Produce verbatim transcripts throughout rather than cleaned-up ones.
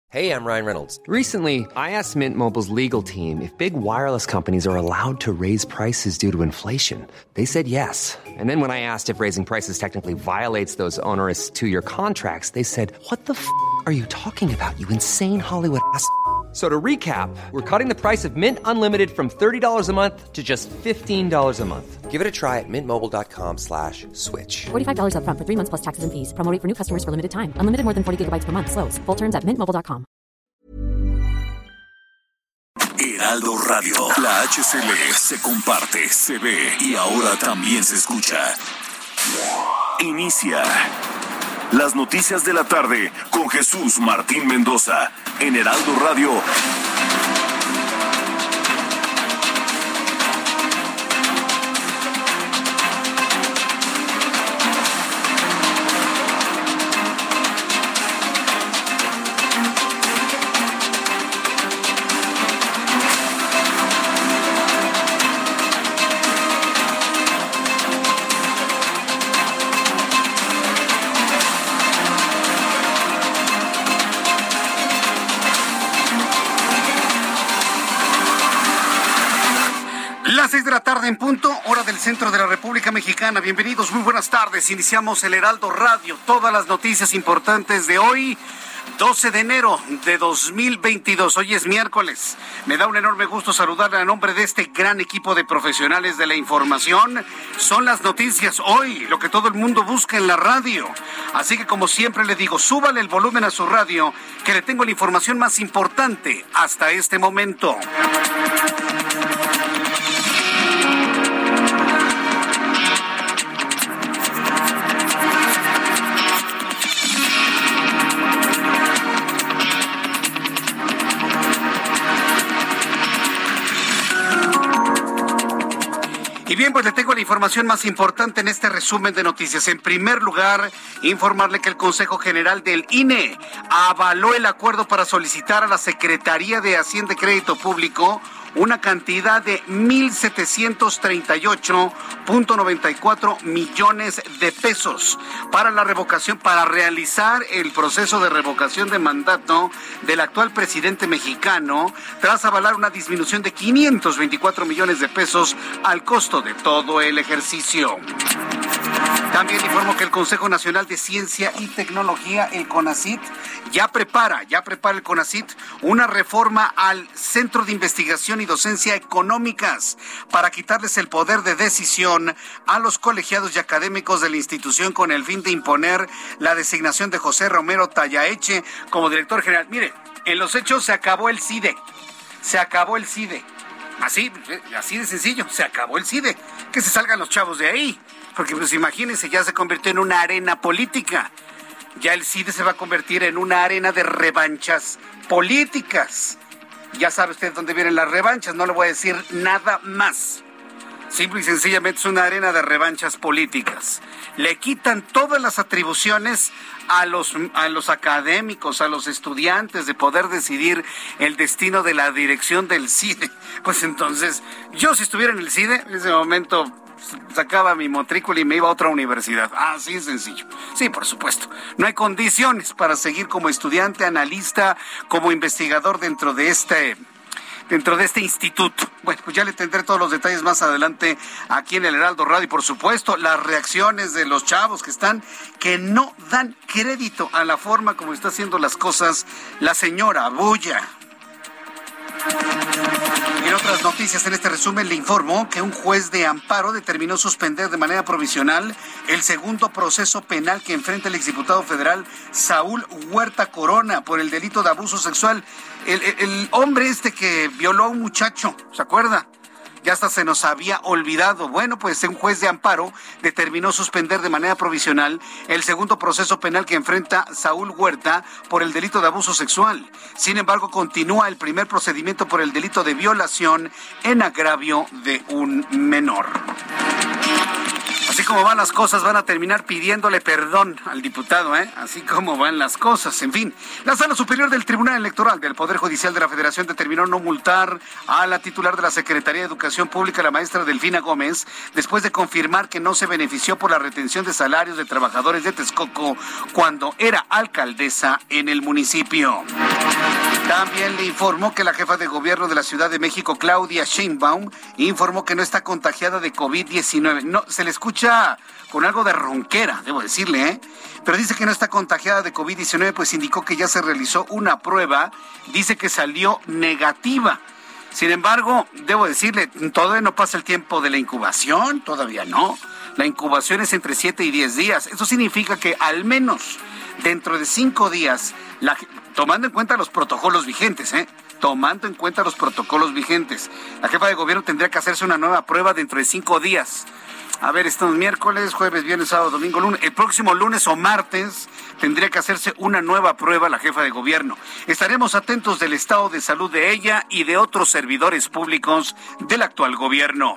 Hey, I'm Ryan Reynolds. Recently, I asked Mint Mobile's legal team if big wireless companies are allowed to raise prices due to inflation. They said yes. And then when I asked if raising prices technically violates those onerous two-year contracts, they said, what the f*** are you talking about, you insane Hollywood ass f- So to recap, we're cutting the price of Mint Unlimited from thirty dollars a month to just fifteen dollars a month. Give it a try at mintmobile.com slash switch. forty-five dollars up front for three months plus taxes and fees. Promo rate for new customers for limited time. Unlimited more than forty gigabytes per month. Slows full terms at mint mobile dot com. Heraldo Radio. La H C L se comparte, se ve y ahora también se escucha. Inicia las noticias de la tarde con Jesús Martín Mendoza en Heraldo Radio. Las seis de la tarde en punto, hora del centro de la República Mexicana. Bienvenidos, muy buenas tardes. Iniciamos el Heraldo Radio. Todas las noticias importantes de hoy, doce de enero de dos mil veintidós. Hoy es miércoles. Me da un enorme gusto saludarle a nombre de este gran equipo de profesionales de la información. Son las noticias hoy, lo que todo el mundo busca en la radio. Así que, como siempre le digo, súbale el volumen a su radio, que le tengo la información más importante hasta este momento. Y bien, pues le tengo la información más importante en este resumen de noticias. En primer lugar, informarle que el Consejo General del I N E avaló el acuerdo para solicitar a la Secretaría de Hacienda y Crédito Público una cantidad de mil setecientos treinta y ocho punto noventa y cuatro millones de pesos para la revocación, para realizar el proceso de revocación de mandato del actual presidente mexicano, tras avalar una disminución de quinientos veinticuatro millones de pesos al costo de todo el ejercicio. También informo que el Consejo Nacional de Ciencia y Tecnología, el CONACYT, ya prepara, ya prepara el CONACYT una reforma al Centro de Investigación y Docencia Económicas para quitarles el poder de decisión a los colegiados y académicos de la institución con el fin de imponer la designación de José Romero Tallaeche como director general. Mire, en los hechos se acabó el CIDE, se acabó el CIDE. Así, así de sencillo, se acabó el CIDE. Que se salgan los chavos de ahí. Porque pues imagínense, ya se convirtió en una arena política. Ya el CIDE se va a convertir en una arena de revanchas políticas. Ya sabe usted dónde vienen las revanchas, no le voy a decir nada más. Simple y sencillamente es una arena de revanchas políticas. Le quitan todas las atribuciones a los, a los académicos, a los estudiantes de poder decidir el destino de la dirección del CIDE. Pues entonces, yo si estuviera en el CIDE, en ese momento sacaba mi matrícula y me iba a otra universidad. Así de sencillo. Sí, por supuesto. No hay condiciones para seguir como estudiante, analista, como investigador dentro de este... dentro de este instituto. Bueno, pues ya le tendré todos los detalles más adelante aquí en el Heraldo Radio y por supuesto las reacciones de los chavos que están, que no dan crédito a la forma como está haciendo las cosas la señora Bulla. En otras noticias, en este resumen le informo que un juez de amparo determinó suspender de manera provisional el segundo proceso penal que enfrenta el exdiputado federal Saúl Huerta Corona por el delito de abuso sexual. El, el, el hombre este que violó a un muchacho, ¿se acuerda? Ya hasta se nos había olvidado. Bueno, pues un juez de amparo determinó suspender de manera provisional el segundo proceso penal que enfrenta Saúl Huerta por el delito de abuso sexual. Sin embargo, continúa el primer procedimiento por el delito de violación en agravio de un menor. Así como van las cosas, van a terminar pidiéndole perdón al diputado, ¿eh? Así como van las cosas. En fin, la Sala Superior del Tribunal Electoral del Poder Judicial de la Federación determinó no multar a la titular de la Secretaría de Educación Pública, la maestra Delfina Gómez, después de confirmar que no se benefició por la retención de salarios de trabajadores de Texcoco cuando era alcaldesa en el municipio. También le informó que la jefa de gobierno de la Ciudad de México, Claudia Sheinbaum, informó que no está contagiada de COVID diecinueve. No, se le escucha con algo de ronquera, debo decirle, ¿eh? Pero dice que no está contagiada de COVID diecinueve, pues indicó que ya se realizó una prueba, dice que salió negativa. Sin embargo, debo decirle, todavía no pasa el tiempo de la incubación, todavía no. La incubación es entre siete y diez días. Eso significa que al menos dentro de cinco días, la, tomando en cuenta los protocolos vigentes, ¿eh? Tomando en cuenta los protocolos vigentes, la jefa de gobierno tendría que hacerse una nueva prueba dentro de cinco días. A ver, estamos miércoles, jueves, viernes, sábado, domingo, lunes. El próximo lunes o martes tendría que hacerse una nueva prueba la jefa de gobierno. Estaremos atentos del estado de salud de ella y de otros servidores públicos del actual gobierno.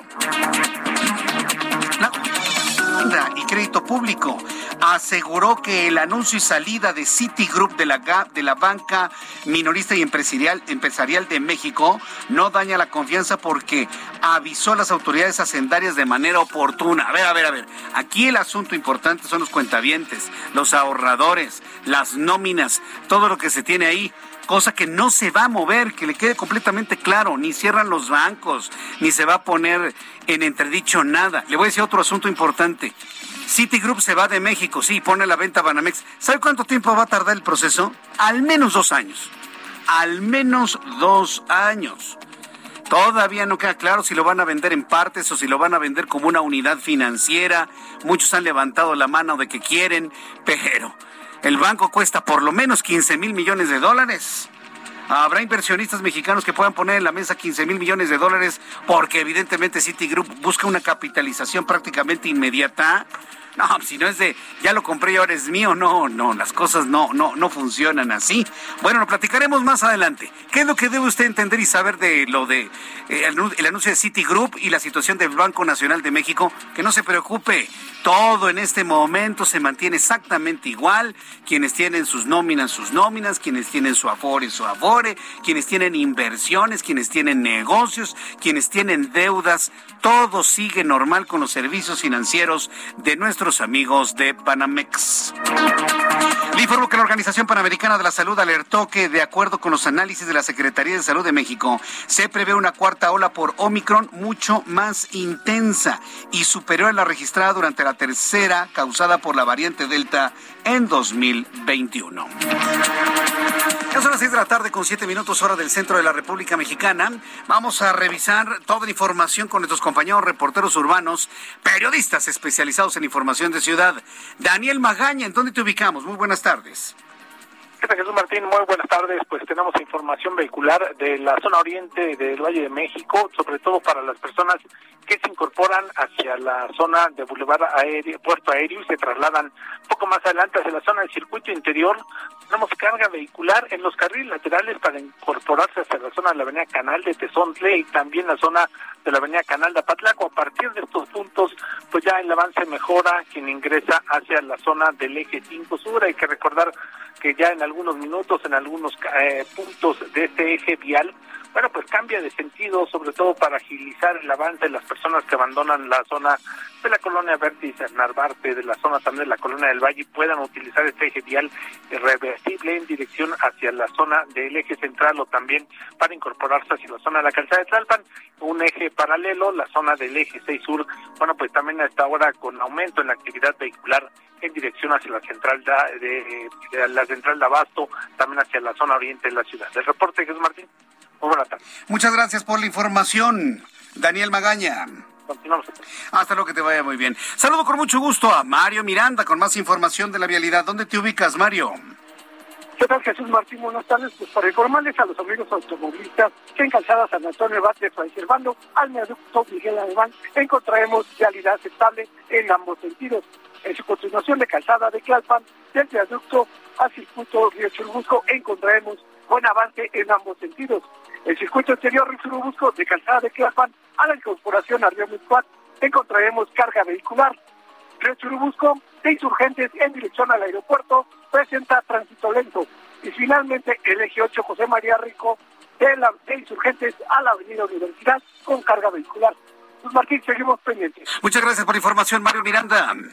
La y Crédito Público aseguró que el anuncio y salida de Citigroup de la, de la banca minorista y empresarial, empresarial de México no daña la confianza porque avisó a las autoridades hacendarias de manera oportuna. A ver, a ver, a ver. Aquí el asunto importante son los cuentavientes, los ahorradores, las nóminas, todo lo que se tiene ahí. Cosa que no se va a mover, que le quede completamente claro, ni cierran los bancos, ni se va a poner en entredicho nada. Le voy a decir otro asunto importante. Citigroup se va de México, sí, pone a la venta Banamex. ¿Sabe cuánto tiempo va a tardar el proceso? Al menos dos años. Al menos dos años. Todavía no queda claro si lo van a vender en partes o si lo van a vender como una unidad financiera. Muchos han levantado la mano de que quieren, pero el banco cuesta por lo menos quince mil millones de dólares. Habrá inversionistas mexicanos que puedan poner en la mesa quince mil millones de dólares porque evidentemente Citigroup busca una capitalización prácticamente inmediata. No, si no es de, ya lo compré y ahora es mío, no, no, las cosas no, no, no funcionan así. Bueno, lo platicaremos más adelante. ¿Qué es lo que debe usted entender y saber de lo de eh, el anuncio de Citigroup y la situación del Banco Nacional de México? Que no se preocupe, todo en este momento se mantiene exactamente igual. Quienes tienen sus nóminas, sus nóminas, quienes tienen su afore, su afore, quienes tienen inversiones, quienes tienen negocios, quienes tienen deudas, todo sigue normal con los servicios financieros de nuestro amigos de Banamex. Le informo que la Organización Panamericana de la Salud alertó que, de acuerdo con los análisis de la Secretaría de Salud de México, se prevé una cuarta ola por Omicron mucho más intensa y superior a la registrada durante la tercera, causada por la variante Delta en dos mil veintiuno. Ya son las seis de la tarde con siete minutos hora del centro de la República Mexicana. Vamos a revisar toda la información con nuestros compañeros reporteros urbanos, periodistas especializados en información de ciudad. Daniel Magaña, ¿en dónde te ubicamos? Muy buenas tardes. ¿Qué tal, Jesús Martín? Muy buenas tardes. Pues tenemos información vehicular de la zona oriente del Valle de México, sobre todo para las personas que se incorporan hacia la zona de Boulevard Aéreo, Puerto Aéreo y se trasladan un poco más adelante hacia la zona del circuito interior. Tenemos carga vehicular en los carriles laterales para incorporarse hacia la zona de la avenida Canal de Tezontle y también la zona de la avenida Canal de Apatlaco. A partir de estos puntos, pues ya el avance mejora quien ingresa hacia la zona del eje cinco sur. Hay que recordar que ya en algunos minutos, en algunos eh, puntos de este eje vial, bueno, pues cambia de sentido, sobre todo para agilizar el avance de las personas que abandonan la zona de la colonia Vértice Narvarte, de la zona también de la colonia del Valle, puedan utilizar este eje vial reversible en dirección hacia la zona del eje central o también para incorporarse hacia la zona de la calzada de Tlalpan, un eje paralelo, la zona del eje seis sur, bueno, pues también a esta hora con aumento en la actividad vehicular en dirección hacia la central de, de, de la central de Abasto, también hacia la zona oriente de la ciudad. El reporte, Jesús Martín. Muy buenas tardes. Muchas gracias por la información, Daniel Magaña. Continuamos. Hasta luego, que te vaya muy bien. Saludo con mucho gusto a Mario Miranda con más información de la vialidad. ¿Dónde te ubicas, Mario? ¿Qué tal, Jesús Martín? Buenas tardes. Pues para informarles a los amigos automovilistas que en calzada San Antonio Bate, Fray Servando, al viaducto Miguel Alemán, encontraremos vialidad estable en ambos sentidos. En su continuación de calzada de Tlalpan, del viaducto a circuito Río Churubusco, encontraremos buen avance en ambos sentidos. El circuito exterior Río Churubusco, de calzada de Tlalpan a la incorporación a Río Miscuac, encontraremos carga vehicular. Río Churubusco, de Insurgentes en dirección al aeropuerto, presenta tránsito lento. Y finalmente el eje ocho José María Rico, de, la, de Insurgentes a la avenida Universidad, con carga vehicular. Pues Martín, seguimos pendientes. Muchas gracias por la información, Mario Miranda.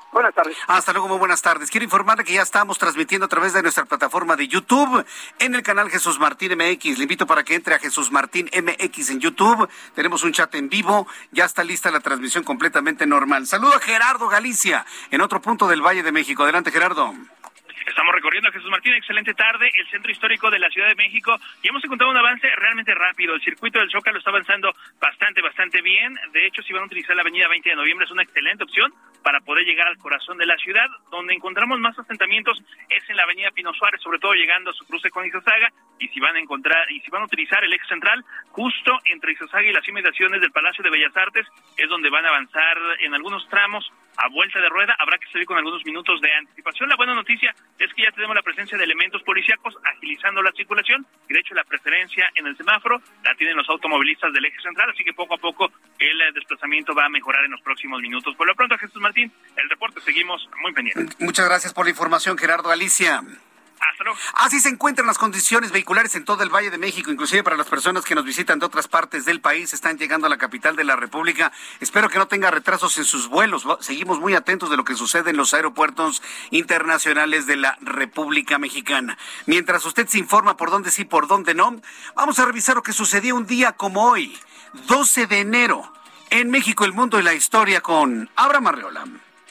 Buenas tardes. Hasta luego, muy buenas tardes. Quiero informarle que ya estamos transmitiendo a través de nuestra plataforma de YouTube en el canal Jesús Martín M X. Le invito para que entre a Jesús Martín M X en YouTube. Tenemos un chat en vivo. Ya está lista la transmisión completamente normal. Saludo a Gerardo Galicia en otro punto del Valle de México. Adelante, Gerardo. Estamos recorriendo, Jesús Martín, excelente tarde, el centro histórico de la Ciudad de México, y hemos encontrado un avance realmente rápido. El circuito del Zócalo está avanzando bastante, bastante bien. De hecho, si van a utilizar la avenida veinte de noviembre, es una excelente opción para poder llegar al corazón de la ciudad. Donde encontramos más asentamientos es en la avenida Pino Suárez, sobre todo llegando a su cruce con Izazaga, y si van a encontrar, y si van a utilizar el eje central, justo entre Izazaga y las inmediaciones del Palacio de Bellas Artes, es donde van a avanzar en algunos tramos a vuelta de rueda. Habrá que salir con algunos minutos de anticipación. La buena noticia es que ya tenemos la presencia de elementos policíacos agilizando la circulación, y de hecho la preferencia en el semáforo la tienen los automovilistas del eje central, así que poco a poco el desplazamiento va a mejorar en los próximos minutos. Por lo pronto, Jesús Martín, el reporte, seguimos muy pendientes. Muchas gracias por la información, Gerardo Galicia. Hasta luego. Así se encuentran las condiciones vehiculares en todo el Valle de México, inclusive para las personas que nos visitan de otras partes del país, están llegando a la capital de la República. Espero que no tenga retrasos en sus vuelos. Seguimos muy atentos de lo que sucede en los aeropuertos internacionales de la República Mexicana. Mientras usted se informa por dónde sí, por dónde no, vamos a revisar lo que sucedió un día como hoy, doce de enero, en México, el mundo y la historia, con Abraham Arreola.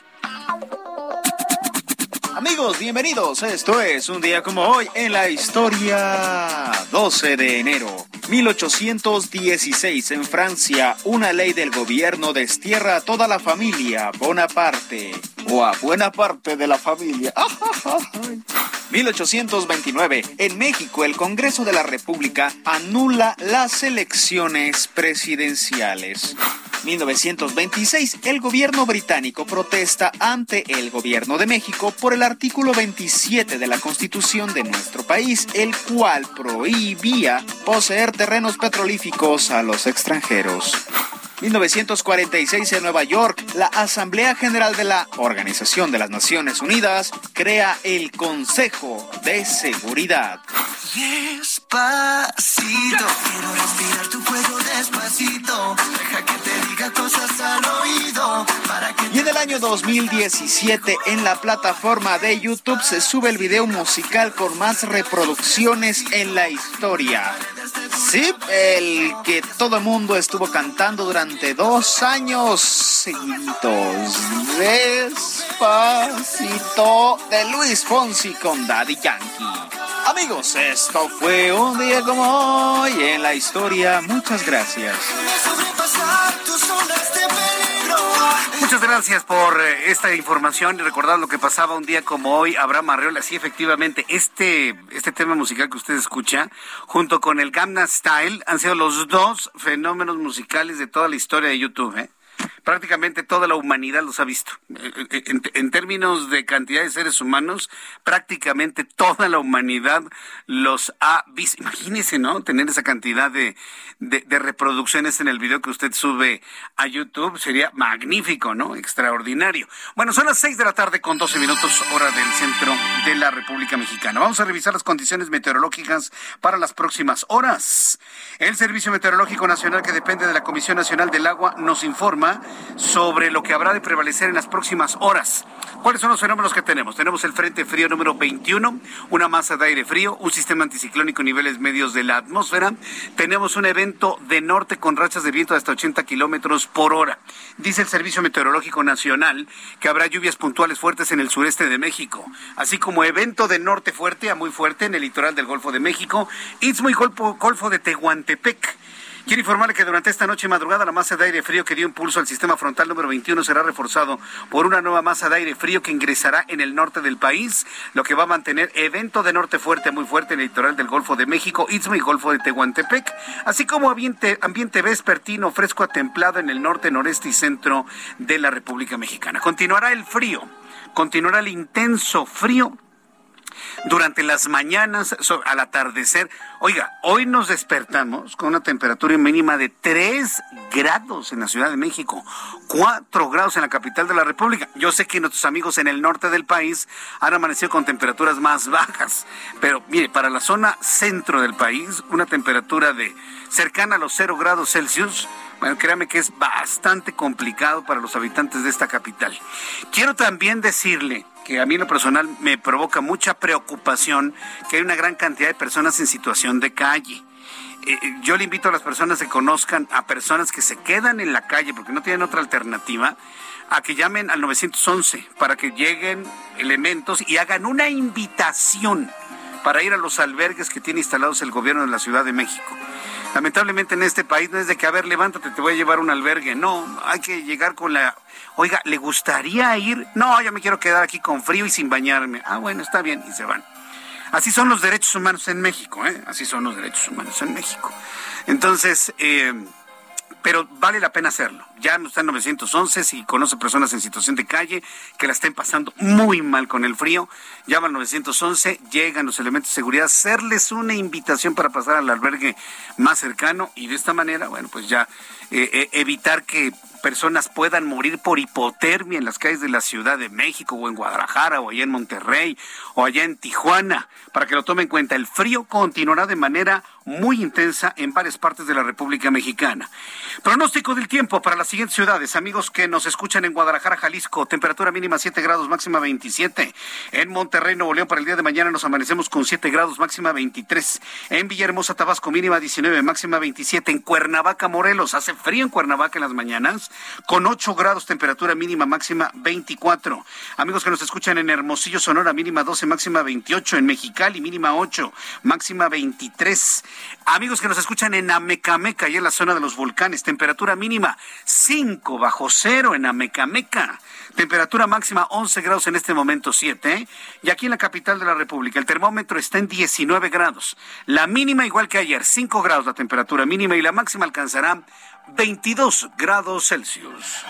Amigos, bienvenidos. Esto es un día como hoy en la historia. doce de enero, mil ochocientos dieciséis, en Francia, una ley del gobierno destierra a toda la familia Bonaparte, o a buena parte de la familia. mil ochocientos veintinueve, en México, el Congreso de la República anula las elecciones presidenciales. mil novecientos veintiséis, el gobierno británico protesta ante el gobierno de México por el artículo veintisiete de la Constitución de nuestro país, el cual prohibía poseer terrenos petrolíferos a los extranjeros. mil novecientos cuarenta y seis, en Nueva York, la Asamblea General de la Organización de las Naciones Unidas crea el Consejo de Seguridad. Despacito, quiero respirar tu cuello despacito, deja que te diga cosas al oído, para que... Y en el año dos mil diecisiete, en la plataforma de YouTube se sube el video musical con más reproducciones en la historia. Sí, el que todo el mundo estuvo cantando durante dos años seguidos. Despacito, de Luis Fonsi con Daddy Yankee. Amigos, esto fue un día como hoy en la historia. Muchas gracias. Muchas gracias por esta información y recordar lo que pasaba un día como hoy. Abraham Arreola, sí, efectivamente, este, este tema musical que usted escucha, junto con el Gangnam Style, han sido los dos fenómenos musicales de toda la historia de YouTube, ¿eh? Prácticamente toda la humanidad los ha visto. En, en términos de cantidad de seres humanos, prácticamente toda la humanidad los ha visto. Imagínese, ¿no? Tener esa cantidad de, de, de reproducciones en el video que usted sube a YouTube sería magnífico, ¿no? Extraordinario. Bueno, son las seis de la tarde con doce minutos, hora del centro de la República Mexicana. Vamos a revisar las condiciones meteorológicas para las próximas horas. El Servicio Meteorológico Nacional, que depende de la Comisión Nacional del Agua, nos informa sobre lo que habrá de prevalecer en las próximas horas. ¿Cuáles son los fenómenos que tenemos? Tenemos el Frente Frío número veintiuno, una masa de aire frío, un sistema anticiclónico en niveles medios de la atmósfera. Tenemos un evento de norte con rachas de viento de hasta ochenta kilómetros por hora. Dice el Servicio Meteorológico Nacional que habrá lluvias puntuales fuertes en el sureste de México, así como evento de norte fuerte a muy fuerte en el litoral del Golfo de México, Istmo y Golfo, Golfo de Tehuantepec. Quiero informarle que durante esta noche y madrugada la masa de aire frío que dio impulso al sistema frontal número veintiuno será reforzado por una nueva masa de aire frío que ingresará en el norte del país, lo que va a mantener evento de norte fuerte a muy fuerte en el litoral del Golfo de México, Istmo y Golfo de Tehuantepec, así como ambiente, ambiente vespertino fresco a templado en el norte, noreste y centro de la República Mexicana. Continuará el frío, continuará el intenso frío Durante las mañanas, al atardecer. Oiga, hoy nos despertamos con una temperatura mínima de tres grados en la Ciudad de México, cuatro grados en la capital de la República. Yo sé que nuestros amigos en el norte del país han amanecido con temperaturas más bajas, pero mire, para la zona centro del país, una temperatura de cercana a los cero grados Celsius, bueno, créame que es bastante complicado para los habitantes de esta capital. Quiero también decirle que a mí en lo personal me provoca mucha preocupación que hay una gran cantidad de personas en situación de calle. Eh, yo le invito a las personas que conozcan a personas que se quedan en la calle porque no tienen otra alternativa, a que llamen al nueve once para que lleguen elementos y hagan una invitación para ir a los albergues que tiene instalados el gobierno de la Ciudad de México. Lamentablemente en este país no es de que, a ver, levántate, te voy a llevar a un albergue. No, hay que llegar con la... Oiga, ¿le gustaría ir? No, yo me quiero quedar aquí con frío y sin bañarme. Ah, bueno, está bien, y se van. Así son los derechos humanos en México, ¿eh? Así son los derechos humanos en México. Entonces, eh, pero vale la pena hacerlo. Ya está en nueve once, si conoce personas en situación de calle que la estén pasando muy mal con el frío, llama al nueve once, llegan los elementos de seguridad, hacerles una invitación para pasar al albergue más cercano y de esta manera, bueno, pues ya eh, eh, evitar que personas puedan morir por hipotermia en las calles de la Ciudad de México o en Guadalajara o allá en Monterrey o allá en Tijuana. Para que lo tome en cuenta, el frío continuará de manera muy intensa en varias partes de la República Mexicana. Pronóstico del tiempo para las siguientes ciudades, amigos que nos escuchan en Guadalajara, Jalisco, temperatura mínima siete grados, máxima veintisiete. En Monterrey, Nuevo León, para el día de mañana nos amanecemos con siete grados, máxima veintitrés. En Villahermosa, Tabasco, mínima diecinueve, máxima veintisiete. En Cuernavaca, Morelos, hace frío en Cuernavaca en las mañanas, con ocho grados, temperatura mínima, máxima veinticuatro. Amigos que nos escuchan en Hermosillo, Sonora, mínima doce, máxima veintiocho. En Mexicali, mínima ocho, máxima veintitrés. Amigos que nos escuchan en Amecameca, y en la zona de los volcanes, temperatura mínima cinco bajo cero en Amecameca. Temperatura máxima once grados en este momento, siete. ¿eh? Y aquí en la capital de la República, el termómetro está en diecinueve grados. La mínima igual que ayer, cinco grados la temperatura mínima y la máxima alcanzará veintidós grados Celsius.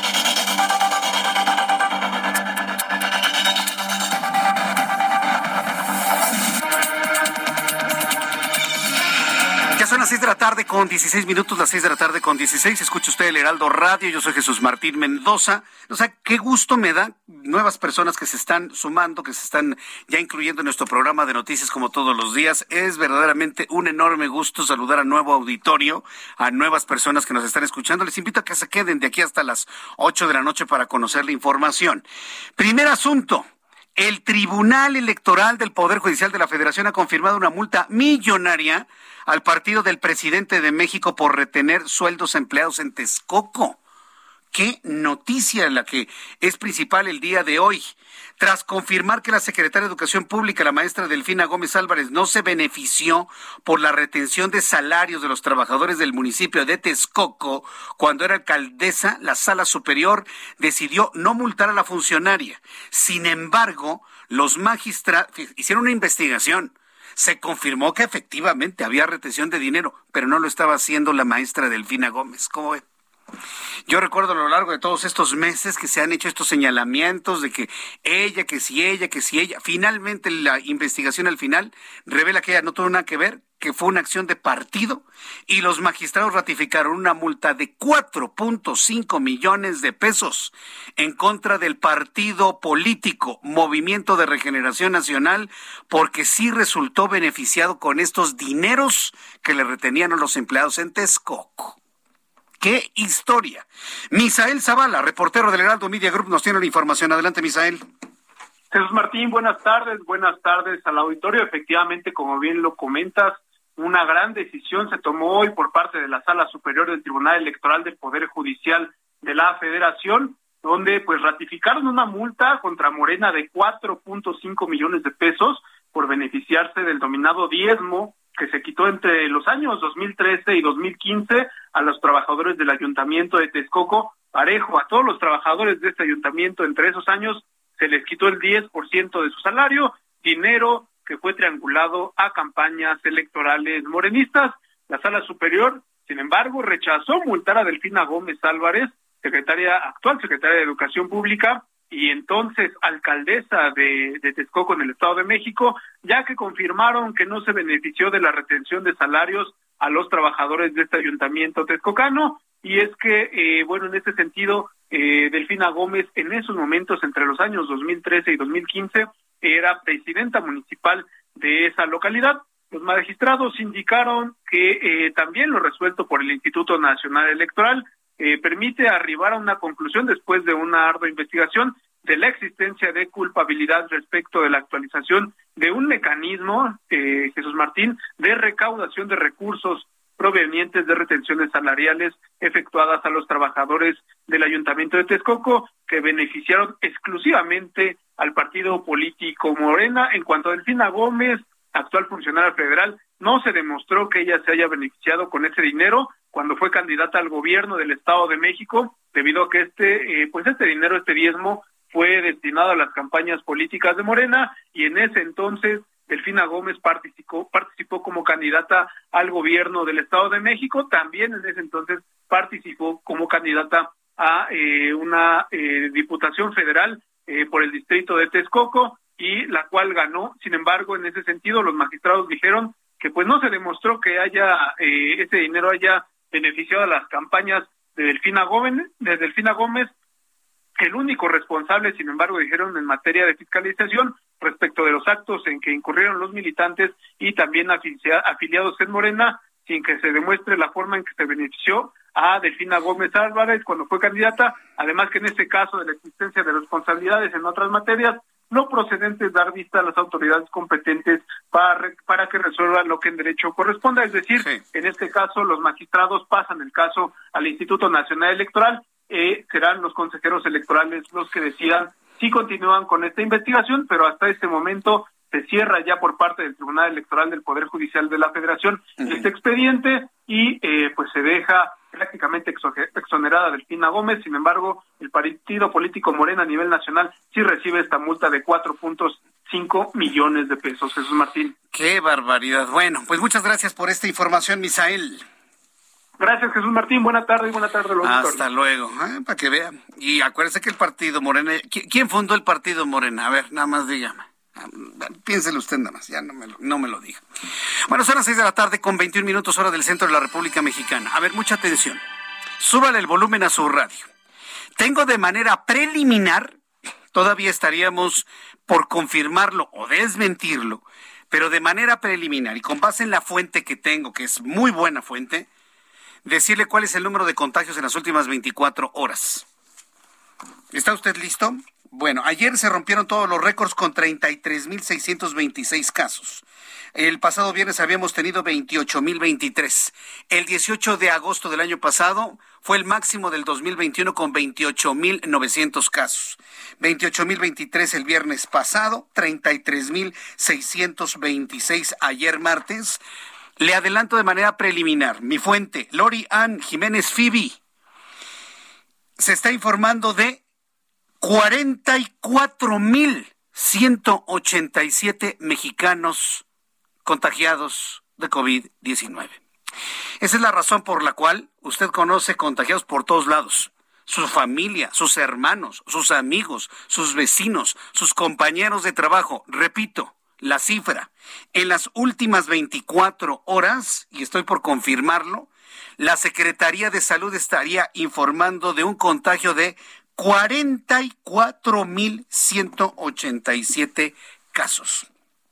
Ya son las seis de la tarde con dieciséis minutos, las seis de la tarde con dieciséis. Escucha usted el Heraldo Radio, yo soy Jesús Martín Mendoza. O sea, qué gusto me da nuevas personas que se están sumando, que se están ya incluyendo en nuestro programa de noticias como todos los días. Es verdaderamente un enorme gusto saludar a nuevo auditorio, a nuevas personas que nos están escuchando. Les invito a que se queden de aquí hasta las ocho de la noche para conocer la información. Primer asunto. El Tribunal Electoral del Poder Judicial de la Federación ha confirmado una multa millonaria al partido del presidente de México por retener sueldos empleados en Texcoco. Qué noticia la que es principal el día de hoy. Tras confirmar que la secretaria de Educación Pública, la maestra Delfina Gómez Álvarez, no se benefició por la retención de salarios de los trabajadores del municipio de Texcoco cuando era alcaldesa, la Sala Superior decidió no multar a la funcionaria. Sin embargo, los magistrados hicieron una investigación. Se confirmó que efectivamente había retención de dinero, pero no lo estaba haciendo la maestra Delfina Gómez. ¿Cómo ve? Yo recuerdo a lo largo de todos estos meses que se han hecho estos señalamientos de que ella, que si ella, que si ella. Finalmente la investigación al final revela que ella no tuvo nada que ver, que fue una acción de partido y los magistrados ratificaron una multa de cuatro punto cinco millones de pesos en contra del partido político Movimiento de Regeneración Nacional porque sí resultó beneficiado con estos dineros que le retenían a los empleados en Texcoco. ¡Qué historia! Misael Zavala, reportero del Heraldo Media Group, nos tiene la información. Adelante, Misael. Jesús Martín, buenas tardes. Buenas tardes al auditorio. Efectivamente, como bien lo comentas, una gran decisión se tomó hoy por parte de la Sala Superior del Tribunal Electoral del Poder Judicial de la Federación, donde pues ratificaron una multa contra Morena de cuatro punto cinco millones de pesos por beneficiarse del dominado diezmo que se quitó entre los años dos mil trece y dos mil quince a los trabajadores del Ayuntamiento de Texcoco. Parejo a todos los trabajadores de este ayuntamiento entre esos años se les quitó el diez por ciento de su salario, dinero que fue triangulado a campañas electorales morenistas. La Sala Superior, sin embargo, rechazó multar a Delfina Gómez Álvarez, secretaria actual secretaria de Educación Pública, y entonces alcaldesa de, de Texcoco en el Estado de México, ya que confirmaron que no se benefició de la retención de salarios a los trabajadores de este ayuntamiento texcocano, y es que, eh, bueno, en este sentido, eh, Delfina Gómez en esos momentos, entre los años dos mil trece y dos mil quince, era presidenta municipal de esa localidad. Los magistrados indicaron que eh, también lo resuelto por el Instituto Nacional Electoral eh, permite arribar a una conclusión después de una ardua investigación de la existencia de culpabilidad respecto de la actualización de un mecanismo, eh, Jesús Martín, de recaudación de recursos provenientes de retenciones salariales efectuadas a los trabajadores del Ayuntamiento de Texcoco, que beneficiaron exclusivamente al partido político Morena. En cuanto a Delfina Gómez, actual funcionaria federal, no se demostró que ella se haya beneficiado con ese dinero cuando fue candidata al gobierno del Estado de México, debido a que este, eh, pues este dinero, este diezmo, fue destinado a las campañas políticas de Morena, y en ese entonces Delfina Gómez participó, participó como candidata al gobierno del Estado de México. También en ese entonces participó como candidata a eh, una eh, diputación federal eh, por el distrito de Texcoco, y la cual ganó. Sin embargo, en ese sentido, los magistrados dijeron que pues no se demostró que haya eh, ese dinero haya beneficiado a las campañas de Delfina Gómez, de Delfina Gómez. El único responsable, sin embargo, dijeron en materia de fiscalización respecto de los actos en que incurrieron los militantes y también afiliados en Morena, sin que se demuestre la forma en que se benefició a Delfina Gómez Álvarez cuando fue candidata, además que en este caso de la existencia de responsabilidades en otras materias no procedentes, dar vista a las autoridades competentes para, para que resuelvan lo que en derecho corresponda, es decir, sí. En este caso los magistrados pasan el caso al Instituto Nacional Electoral, eh, serán los consejeros electorales los que decidan si continúan con esta investigación, pero hasta este momento se cierra ya por parte del Tribunal Electoral del Poder Judicial de la Federación uh-huh. este expediente y eh, pues se deja prácticamente exonerada Delfina Gómez. Sin embargo, el partido político Morena a nivel nacional sí recibe esta multa de cuatro punto cinco millones de pesos. Jesús Martín. ¡Qué barbaridad! Bueno, pues muchas gracias por esta información, Misael. Gracias, Jesús Martín. Buena tarde y buena tarde. Los Hasta luego. ¿Eh? Para que vean. Y acuérdense que el partido Morena... ¿Quién fundó el partido Morena? A ver, nada más dígame. Piénselo usted nada más, ya no me lo, no me lo diga. Bueno, son las seis de la tarde con veintiún minutos hora del centro de la República Mexicana. A ver, mucha atención. Súbale el volumen a su radio. Tengo de manera preliminar, todavía estaríamos por confirmarlo o desmentirlo, pero de manera preliminar y con base en la fuente que tengo, que es muy buena fuente, decirle cuál es el número de contagios en las últimas veinticuatro horas. ¿Está usted listo? Bueno, ayer se rompieron todos los récords con treinta y tres mil seiscientos veintiséis casos. El pasado viernes habíamos tenido veintiocho mil veintitrés. El dieciocho de agosto del año pasado fue el máximo del dos mil veintiuno con veintiocho mil novecientos casos. veintiocho mil veintitrés el viernes pasado, treinta y tres mil seiscientos veintiséis ayer martes. Le adelanto de manera preliminar, mi fuente, Lori Ann Jiménez Fibi, se está informando de cuarenta y cuatro mil ciento ochenta y siete mexicanos contagiados de COVID diecinueve. Esa es la razón por la cual usted conoce contagiados por todos lados. Su familia, sus hermanos, sus amigos, sus vecinos, sus compañeros de trabajo. Repito, la cifra. En las últimas veinticuatro horas, y estoy por confirmarlo, la Secretaría de Salud estaría informando de un contagio de cuarenta y cuatro mil ciento ochenta y siete casos.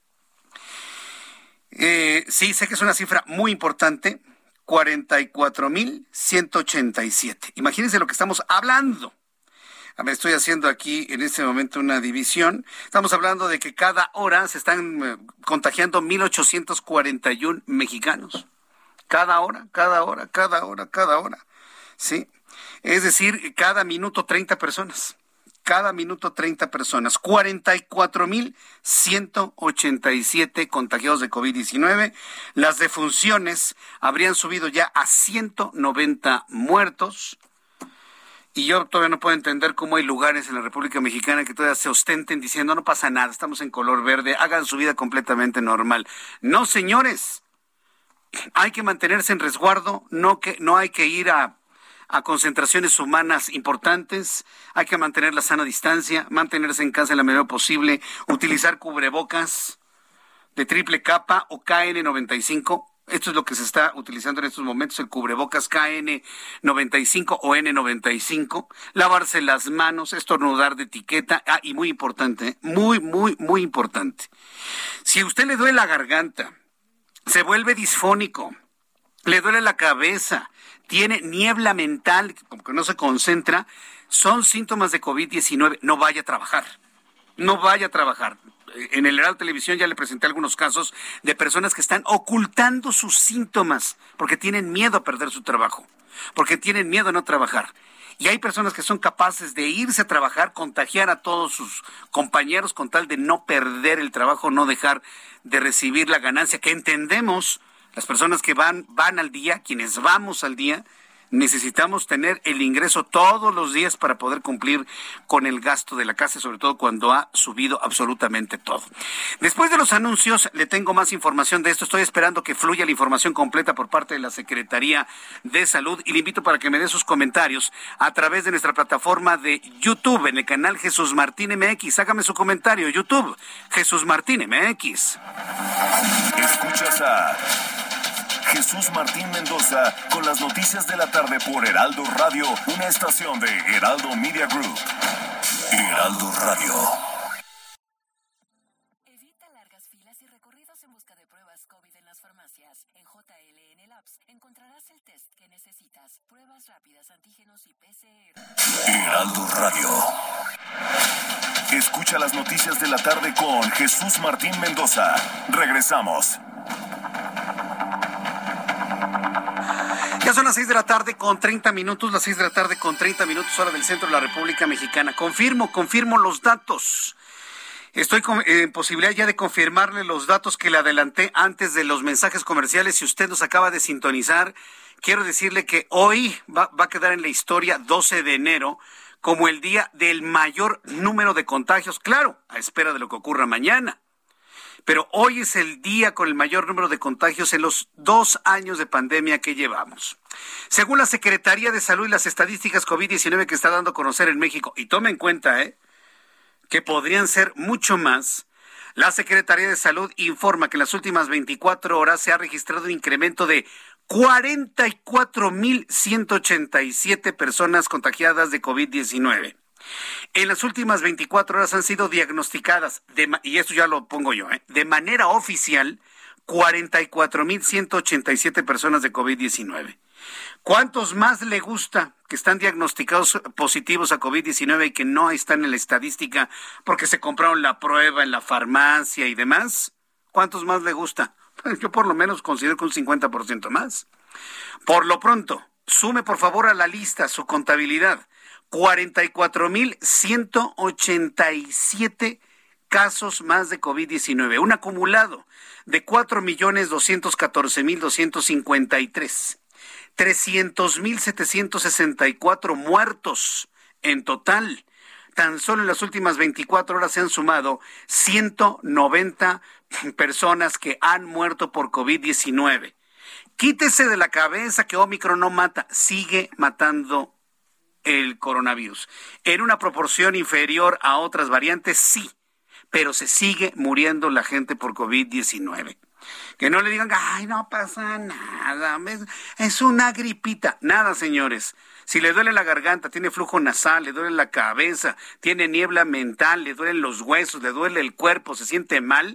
Eh, sí, sé que es una cifra muy importante, cuarenta y cuatro mil ciento ochenta y siete. Imagínense lo que estamos hablando. A ver, estoy haciendo aquí en este momento una división. Estamos hablando de que cada hora se están eh, contagiando mil ochocientos cuarenta y uno mexicanos. Cada hora, cada hora, cada hora, cada hora. Sí. Es decir, cada minuto treinta personas. Cada minuto treinta personas. cuarenta y cuatro mil ciento ochenta y siete contagiados de COVID diecinueve. Las defunciones habrían subido ya a ciento noventa muertos. Y yo todavía no puedo entender cómo hay lugares en la República Mexicana que todavía se ostenten diciendo no pasa nada, estamos en color verde, hagan su vida completamente normal. No, señores. Hay que mantenerse en resguardo, no, que, no hay que ir a... a concentraciones humanas importantes, hay que mantener la sana distancia, mantenerse en casa en la medida posible, utilizar cubrebocas de triple capa o K N noventa y cinco. Esto es lo que se está utilizando en estos momentos, el cubrebocas K N noventa y cinco o N noventa y cinco. Lavarse las manos, estornudar de etiqueta. Ah, y muy importante, muy, muy, muy importante. Si a usted le duele la garganta, se vuelve disfónico, le duele la cabeza, tiene niebla mental, como que no se concentra, son síntomas de COVID diecinueve. No vaya a trabajar, no vaya a trabajar. En el Heraldo Televisión ya le presenté algunos casos de personas que están ocultando sus síntomas porque tienen miedo a perder su trabajo, porque tienen miedo a no trabajar. Y hay personas que son capaces de irse a trabajar, contagiar a todos sus compañeros con tal de no perder el trabajo, no dejar de recibir la ganancia que entendemos. Las personas que van, van al día, quienes vamos al día, necesitamos tener el ingreso todos los días para poder cumplir con el gasto de la casa, sobre todo cuando ha subido absolutamente todo. Después de los anuncios, le tengo más información de esto. Estoy esperando que fluya la información completa por parte de la Secretaría de Salud y le invito para que me dé sus comentarios a través de nuestra plataforma de YouTube, en el canal Jesús Martín M X. Hágame su comentario, YouTube, Jesús Martín M X. Escuchas a Jesús Martín Mendoza con las noticias de la tarde por Heraldo Radio, una estación de Heraldo Media Group. Heraldo Radio. Evita largas filas y recorridos en busca de pruebas COVID en las farmacias. En J L N Labs encontrarás el test que necesitas. Pruebas rápidas, antígenos y P C R. Heraldo Radio. Escucha las noticias de la tarde con Jesús Martín Mendoza. Regresamos. Ya son las seis de la tarde con treinta minutos, las seis de la tarde con treinta minutos, hora del centro de la República Mexicana. Confirmo, confirmo los datos. Estoy con, eh, en posibilidad ya de confirmarle los datos que le adelanté antes de los mensajes comerciales. Si usted nos acaba de sintonizar, quiero decirle que hoy va, va a quedar en la historia doce de enero como el día del mayor número de contagios, claro, a espera de lo que ocurra mañana. Pero hoy es el día con el mayor número de contagios en los dos años de pandemia que llevamos. Según la Secretaría de Salud y las estadísticas COVID diecinueve que está dando a conocer en México, y tome en cuenta eh, que podrían ser mucho más, la Secretaría de Salud informa que en las últimas veinticuatro horas se ha registrado un incremento de cuarenta y cuatro mil ciento ochenta y siete personas contagiadas de COVID diecinueve. En las últimas veinticuatro horas han sido diagnosticadas, de, y esto ya lo pongo yo, ¿eh? de manera oficial, cuarenta y cuatro mil ciento ochenta y siete personas de COVID diecinueve. ¿Cuántos más le gusta que están diagnosticados positivos a COVID diecinueve y que no están en la estadística porque se compraron la prueba en la farmacia y demás? ¿Cuántos más le gusta? Yo por lo menos considero que un cincuenta por ciento más. Por lo pronto, sume por favor a la lista su contabilidad. cuarenta y cuatro mil ciento ochenta y siete casos más de COVID diecinueve, un acumulado de cuatro millones doscientos catorce mil doscientos cincuenta y tres, trescientos mil setecientos sesenta y cuatro muertos en total. Tan solo en las últimas veinticuatro horas se han sumado ciento noventa personas que han muerto por COVID diecinueve. Quítese de la cabeza que Omicron no mata, sigue matando el coronavirus. En una proporción inferior a otras variantes, sí, pero se sigue muriendo la gente por COVID diecinueve. Que no le digan, ay, no pasa nada, es, es una gripita. Nada, señores. Si le duele la garganta, tiene flujo nasal, le duele la cabeza, tiene niebla mental, le duelen los huesos, le duele el cuerpo, se siente mal,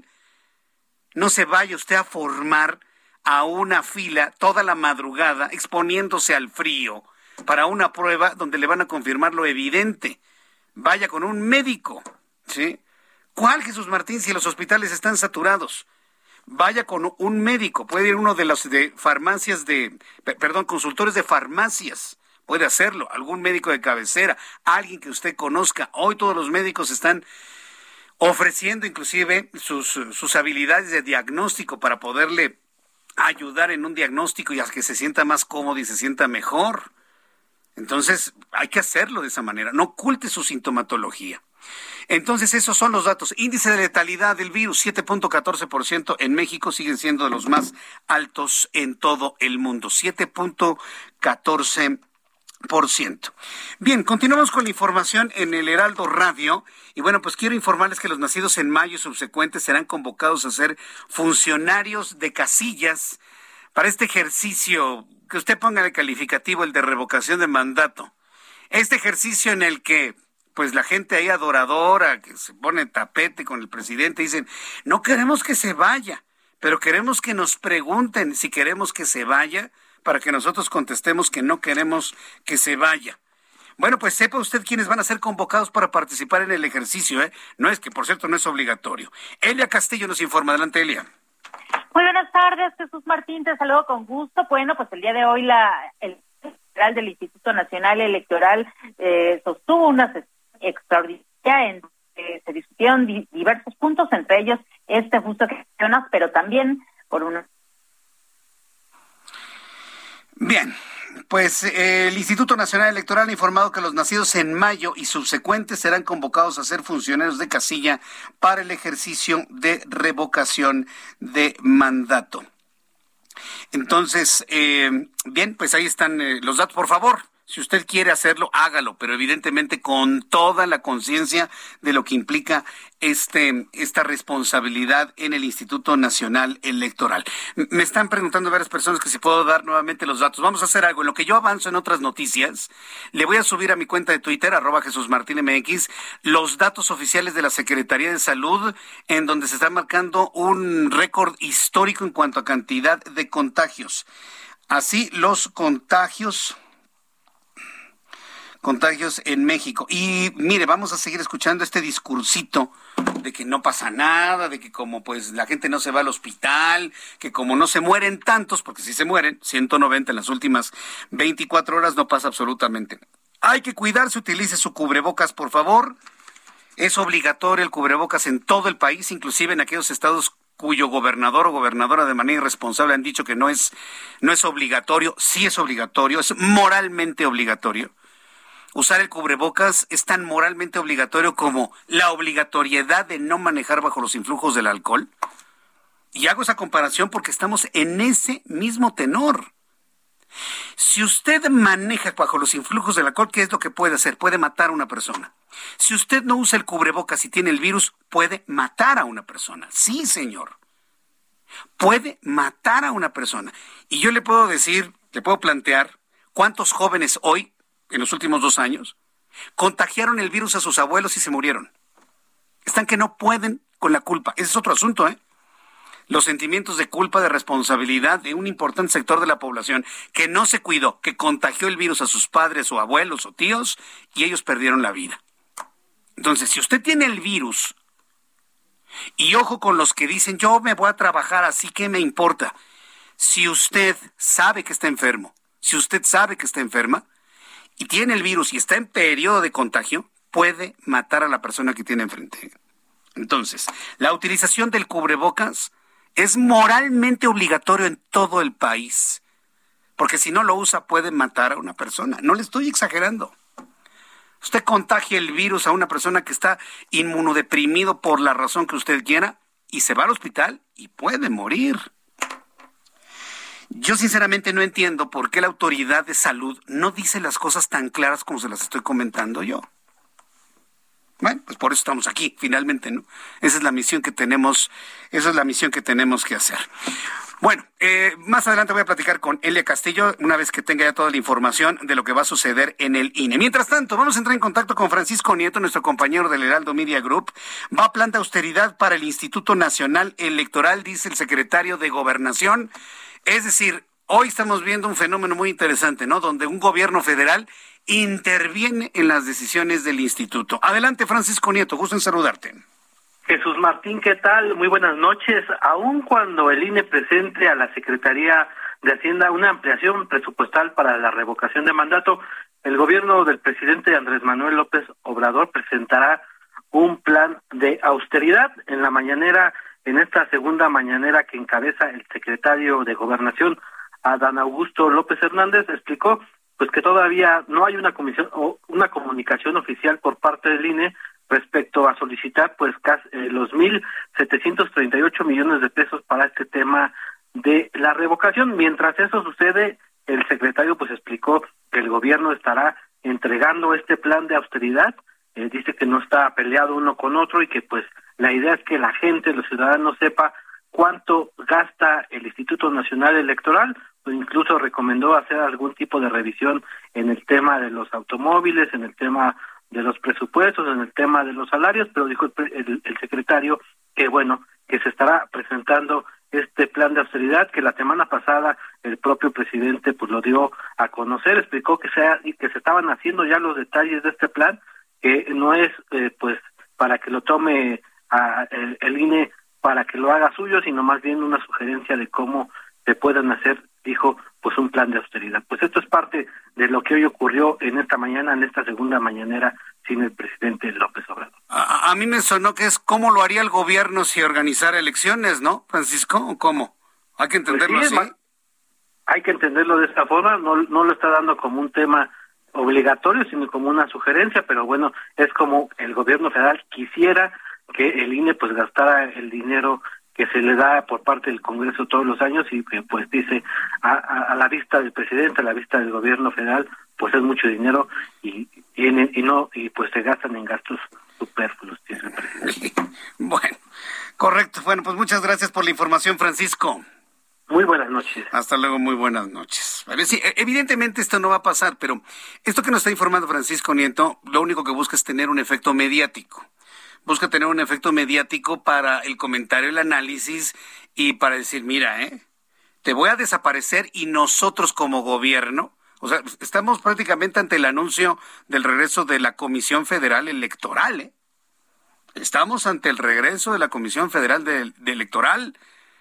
no se vaya usted a formar a una fila toda la madrugada exponiéndose al frío para una prueba donde le van a confirmar lo evidente. Vaya con un médico, ¿sí? ¿Cuál, Jesús Martín, si los hospitales están saturados? Vaya con un médico, puede ir uno de los de farmacias de, perdón, consultores de farmacias, puede hacerlo, algún médico de cabecera, alguien que usted conozca. Hoy todos los médicos están ofreciendo inclusive sus, sus habilidades de diagnóstico para poderle ayudar en un diagnóstico y a que se sienta más cómodo y se sienta mejor. Entonces, hay que hacerlo de esa manera. No oculte su sintomatología. Entonces, esos son los datos. Índice de letalidad del virus, siete punto catorce por ciento en México, siguen siendo de los más altos en todo el mundo. siete punto catorce por ciento. Bien, continuamos con la información en el Heraldo Radio. Y bueno, pues quiero informarles que los nacidos en mayo y subsecuentes serán convocados a ser funcionarios de casillas para este ejercicio, que usted ponga el calificativo, el de revocación de mandato. Este ejercicio en el que pues la gente ahí adoradora, que se pone tapete con el presidente, dicen, no queremos que se vaya, pero queremos que nos pregunten si queremos que se vaya, para que nosotros contestemos que no queremos que se vaya. Bueno, pues sepa usted quiénes van a ser convocados para participar en el ejercicio, ¿eh? No es que, por cierto, no es obligatorio. Elia Castillo nos informa. Adelante, Elia. Muy buenas tardes, Jesús Martín, te saludo con gusto. Bueno, pues el día de hoy la el general del Instituto Nacional Electoral eh, sostuvo una sesión extraordinaria en que se discutieron di- diversos puntos, entre ellos este justo que mencionas, pero también por una... Bien, pues eh, el Instituto Nacional Electoral ha informado que los nacidos en mayo y subsecuentes serán convocados a ser funcionarios de casilla para el ejercicio de revocación de mandato. Entonces, eh, bien, pues ahí están eh, los datos. Por favor, si usted quiere hacerlo, hágalo, pero evidentemente con toda la conciencia de lo que implica este esta responsabilidad en el Instituto Nacional Electoral. M- Me están preguntando varias personas que si puedo dar nuevamente los datos. Vamos a hacer algo. En lo que yo avanzo en otras noticias, le voy a subir a mi cuenta de Twitter, arroba Jesús Martín M X, los datos oficiales de la Secretaría de Salud, en donde se está marcando un récord histórico en cuanto a cantidad de contagios. Así, los contagios... contagios en México. Y mire, vamos a seguir escuchando este discursito de que no pasa nada, de que como pues la gente no se va al hospital, que como no se mueren tantos, porque si se mueren, ciento noventa en las últimas veinticuatro horas, no pasa absolutamente nada. Hay que cuidarse, utilice su cubrebocas, por favor. Es obligatorio el cubrebocas en todo el país, inclusive en aquellos estados cuyo gobernador o gobernadora de manera irresponsable han dicho que no es, no es obligatorio. Sí es obligatorio, es moralmente obligatorio. Usar el cubrebocas es tan moralmente obligatorio como la obligatoriedad de no manejar bajo los influjos del alcohol. Y hago esa comparación porque estamos en ese mismo tenor. Si usted maneja bajo los influjos del alcohol, ¿qué es lo que puede hacer? Puede matar a una persona. Si usted no usa el cubrebocas y tiene el virus, puede matar a una persona. Sí, señor. Puede matar a una persona. Y yo le puedo decir, le puedo plantear, ¿cuántos jóvenes hoy, en los últimos dos años, contagiaron el virus a sus abuelos y se murieron? Están que no pueden con la culpa. Ese es otro asunto, ¿eh? Los sentimientos de culpa, de responsabilidad de un importante sector de la población que no se cuidó, que contagió el virus a sus padres o abuelos o tíos y ellos perdieron la vida. Entonces, si usted tiene el virus, y ojo con los que dicen, yo me voy a trabajar, así que me importa. Si usted sabe que está enfermo, si usted sabe que está enferma, y tiene el virus y está en periodo de contagio, puede matar a la persona que tiene enfrente. Entonces, la utilización del cubrebocas es moralmente obligatorio en todo el país, porque si no lo usa puede matar a una persona. No le estoy exagerando. Usted contagia el virus a una persona que está inmunodeprimido por la razón que usted quiera y se va al hospital y puede morir. Yo sinceramente no entiendo por qué la autoridad de salud no dice las cosas tan claras como se las estoy comentando yo. Bueno, pues por eso estamos aquí, finalmente, ¿no? Esa es la misión que tenemos, esa es la misión que tenemos que hacer. Bueno, eh, más adelante voy a platicar con Elia Castillo, una vez que tenga ya toda la información de lo que va a suceder en el I N E. Mientras tanto, vamos a entrar en contacto con Francisco Nieto, nuestro compañero del Heraldo Media Group. Va a plan de austeridad para el Instituto Nacional Electoral, dice el secretario de Gobernación. Es decir, hoy estamos viendo un fenómeno muy interesante, ¿no? Donde un gobierno federal interviene en las decisiones del instituto. Adelante, Francisco Nieto, gusto en saludarte. Jesús Martín, ¿qué tal? Muy buenas noches. Aun cuando el I N E presente a la Secretaría de Hacienda una ampliación presupuestal para la revocación de mandato, el gobierno del presidente Andrés Manuel López Obrador presentará un plan de austeridad. En la mañanera, en esta segunda mañanera que encabeza el secretario de Gobernación, Adán Augusto López Hernández, explicó pues que todavía no hay una comisión o una comunicación oficial por parte del I N E respecto a solicitar pues casi eh, los mil setecientos treinta y ocho millones de pesos para este tema de la revocación. Mientras eso sucede, el secretario pues explicó que el gobierno estará entregando este plan de austeridad, eh, dice que no está peleado uno con otro y que pues la idea es que la gente, los ciudadanos sepa cuánto gasta el Instituto Nacional Electoral, o incluso recomendó hacer algún tipo de revisión en el tema de los automóviles, en el tema de los presupuestos, en el tema de los salarios, pero dijo el, el, el secretario que bueno, que se estará presentando este plan de austeridad que la semana pasada el propio presidente pues lo dio a conocer, explicó que se que se estaban haciendo ya los detalles de este plan, que no es eh, pues para que lo tome a, el, el I N E para que lo haga suyo, sino más bien una sugerencia de cómo se puedan hacer, dijo, pues un plan de austeridad. Pues esto es parte de lo que hoy ocurrió en esta mañana, en esta segunda mañanera sin el presidente López Obrador. A, a mí me sonó que es cómo lo haría el gobierno si organizara elecciones, ¿no, Francisco? ¿O cómo? Hay que entenderlo pues sí, así. Hay que entenderlo de esta forma, no, no lo está dando como un tema obligatorio, sino como una sugerencia, pero bueno, es como el gobierno federal quisiera que el I N E pues gastara el dinero que se le da por parte del Congreso todos los años y que pues dice a, a, a la vista del presidente, a la vista del gobierno federal, pues es mucho dinero y y, en, y no y pues se gastan en gastos superfluos, dice el presidente. Bueno, correcto. Bueno, pues muchas gracias por la información, Francisco. Muy buenas noches. Hasta luego, muy buenas noches. A ver, sí, evidentemente esto no va a pasar, pero esto que nos está informando Francisco Nieto, lo único que busca es tener un efecto mediático. Busca tener un efecto mediático para el comentario, el análisis y para decir, mira, eh, te voy a desaparecer y nosotros como gobierno, o sea, estamos prácticamente ante el anuncio del regreso de la Comisión Federal Electoral, ¿eh? Estamos ante el regreso de la Comisión Federal de, de Electoral,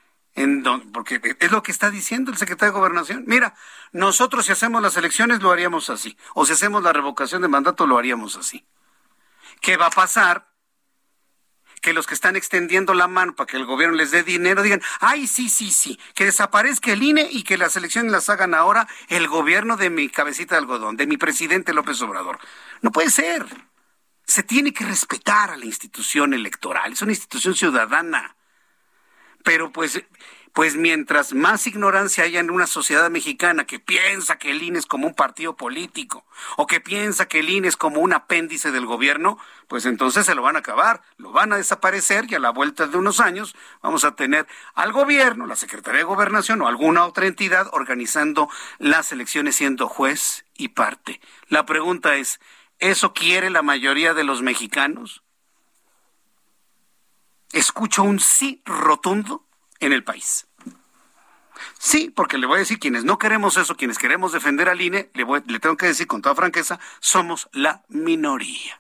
en don, porque es lo que está diciendo el secretario de Gobernación. Mira, nosotros si hacemos las elecciones lo haríamos así, o si hacemos la revocación de mandato lo haríamos así. ¿Qué va a pasar? Que los que están extendiendo la mano para que el gobierno les dé dinero digan, ay, sí, sí, sí, que desaparezca el I N E y que las elecciones las hagan ahora el gobierno de mi cabecita de algodón, de mi presidente López Obrador. No puede ser. Se tiene que respetar a la institución electoral, es una institución ciudadana. Pero pues, pues mientras más ignorancia haya en una sociedad mexicana que piensa que el I N E es como un partido político o que piensa que el I N E es como un apéndice del gobierno, pues entonces se lo van a acabar, lo van a desaparecer y a la vuelta de unos años vamos a tener al gobierno, la Secretaría de Gobernación o alguna otra entidad organizando las elecciones siendo juez y parte. La pregunta es, ¿eso quiere la mayoría de los mexicanos? Escucho un sí rotundo en el país. Sí, porque le voy a decir, quienes no queremos eso, quienes queremos defender al I N E, le, voy, le tengo que decir con toda franqueza, somos la minoría.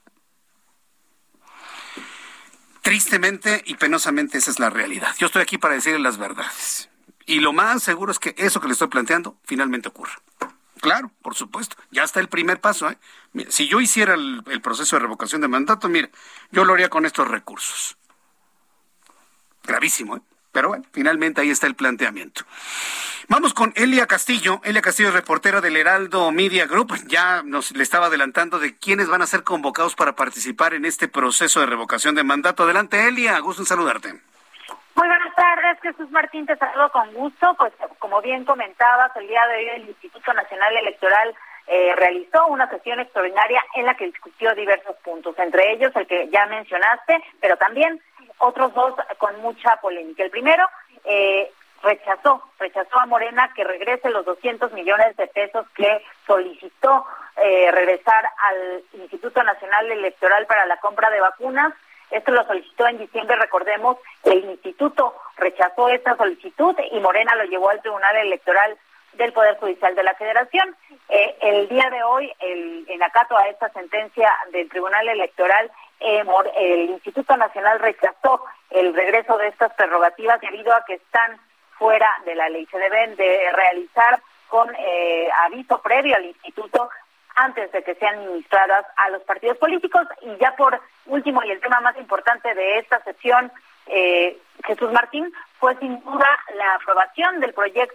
Tristemente y penosamente esa es la realidad. Yo estoy aquí para decirle las verdades. Y lo más seguro es que eso que le estoy planteando finalmente ocurra. Claro, por supuesto. Ya está el primer paso, ¿eh? Mira, si yo hiciera el, el proceso de revocación de mandato, mira, yo lo haría con estos recursos. Gravísimo, ¿eh? Pero bueno, finalmente ahí está el planteamiento. Vamos con Elia Castillo. Elia Castillo, reportera del Heraldo Media Group. Ya nos le estaba adelantando de quiénes van a ser convocados para participar en este proceso de revocación de mandato. Adelante, Elia. Gusto en saludarte. Muy buenas tardes, Jesús Martín, te saludo con gusto. Pues como bien comentabas, el día de hoy el Instituto Nacional Electoral eh, realizó una sesión extraordinaria en la que discutió diversos puntos, entre ellos el que ya mencionaste, pero también otros dos con mucha polémica. El primero, eh, rechazó, rechazó a Morena que regrese los doscientos millones de pesos que solicitó eh, regresar al Instituto Nacional Electoral para la compra de vacunas. Esto lo solicitó en diciembre, recordemos, el instituto rechazó esta solicitud y Morena lo llevó al Tribunal Electoral del Poder Judicial de la Federación. Eh, el día de hoy, el, en acato a esta sentencia del Tribunal Electoral, eh, Mor, el Instituto Nacional rechazó el regreso de estas prerrogativas debido a que están fuera de la ley. Se deben de realizar con eh, aviso previo al instituto antes de que sean administradas a los partidos políticos. Y ya por último, y el tema más importante de esta sesión, eh, Jesús Martín, fue sin duda la aprobación del proyecto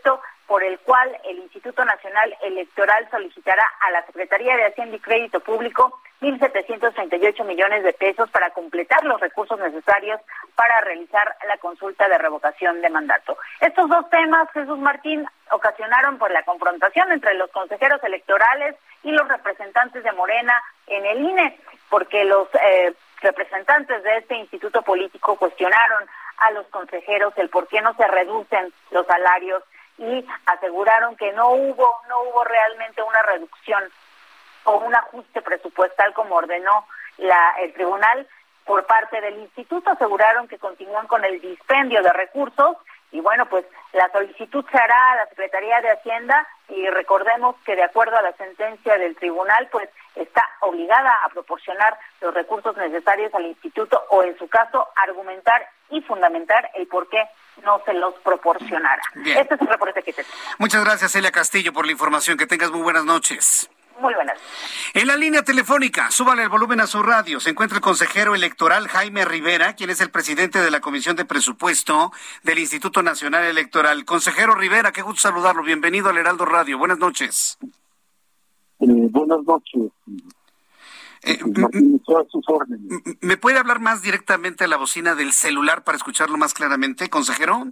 por el cual el Instituto Nacional Electoral solicitará a la Secretaría de Hacienda y Crédito Público mil setecientos treinta y ocho millones de pesos para completar los recursos necesarios para realizar la consulta de revocación de mandato. Estos dos temas, Jesús Martín, ocasionaron por la confrontación entre los consejeros electorales y los representantes de Morena en el I N E, porque los eh, representantes de este instituto político cuestionaron a los consejeros el por qué no se reducen los salarios y aseguraron que no hubo no hubo realmente una reducción o un ajuste presupuestal como ordenó la, el tribunal por parte del instituto. Aseguraron que continúan con el dispendio de recursos y bueno, pues la solicitud se hará a la Secretaría de Hacienda y recordemos que de acuerdo a la sentencia del tribunal, pues está obligada a proporcionar los recursos necesarios al instituto o en su caso argumentar y fundamentar el por qué no se los proporcionara. Bien. Este es el reporte que te tengo. Muchas gracias, Celia Castillo, por la información. Que tengas muy buenas noches. Muy buenas. En la línea telefónica, súbale el volumen a su radio, se encuentra el consejero electoral Jaime Rivera, quien es el presidente de la Comisión de Presupuesto del Instituto Nacional Electoral. Consejero Rivera, qué gusto saludarlo. Bienvenido al Heraldo Radio. Buenas noches. Eh, buenas noches. Eh, a sus órdenes. ¿Me puede hablar más directamente a la bocina del celular para escucharlo más claramente, consejero?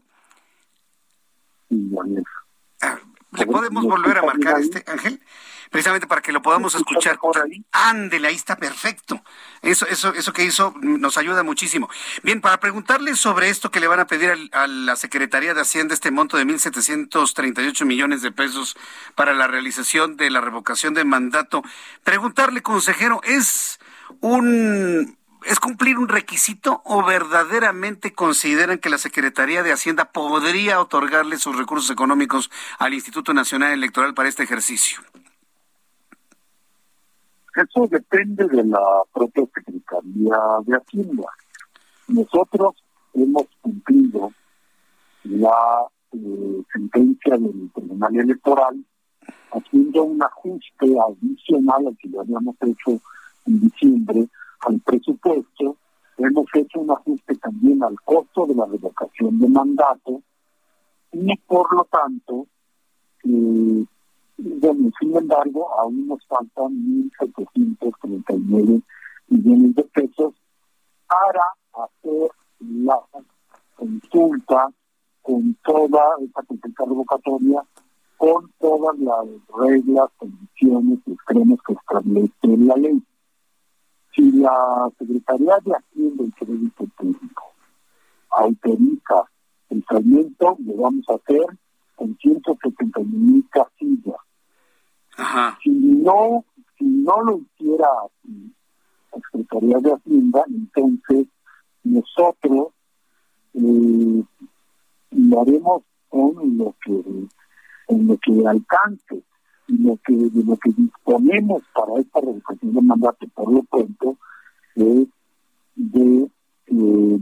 Sí, ah, ¿Le podemos volver a marcar este, Ángel? Precisamente para que lo podamos escuchar. Ándele, ahí está perfecto. Eso, eso, eso que hizo nos ayuda muchísimo. Bien, para preguntarle sobre esto que le van a pedir al, a la Secretaría de Hacienda, este monto de mil setecientos treinta y ocho millones de pesos para la realización de la revocación de mandato. Preguntarle, consejero, ¿es un es cumplir un requisito o verdaderamente consideran que la Secretaría de Hacienda podría otorgarle sus recursos económicos al Instituto Nacional Electoral para este ejercicio? Eso depende de la propia Secretaría de Hacienda. Nosotros hemos cumplido la eh, sentencia del Tribunal Electoral haciendo un ajuste adicional al que ya habíamos hecho en diciembre al presupuesto. Hemos hecho un ajuste también al costo de la revocación de mandato y por lo tanto eh, Bueno, sin embargo, aún nos faltan mil setecientos treinta y nueve millones de pesos para hacer la consulta con toda esta consulta revocatoria, con todas las reglas, condiciones y extremos que establece la ley. Si la Secretaría de Hacienda y Crédito Público autoriza el fragmento, lo vamos a hacer con ciento setenta mil casillas. Ajá. Si no, si no lo hiciera así la Secretaría de Hacienda, entonces nosotros eh, lo haremos con lo que en lo que alcance y lo que de lo que disponemos para esta revocación de mandato, por lo pronto, es de eh,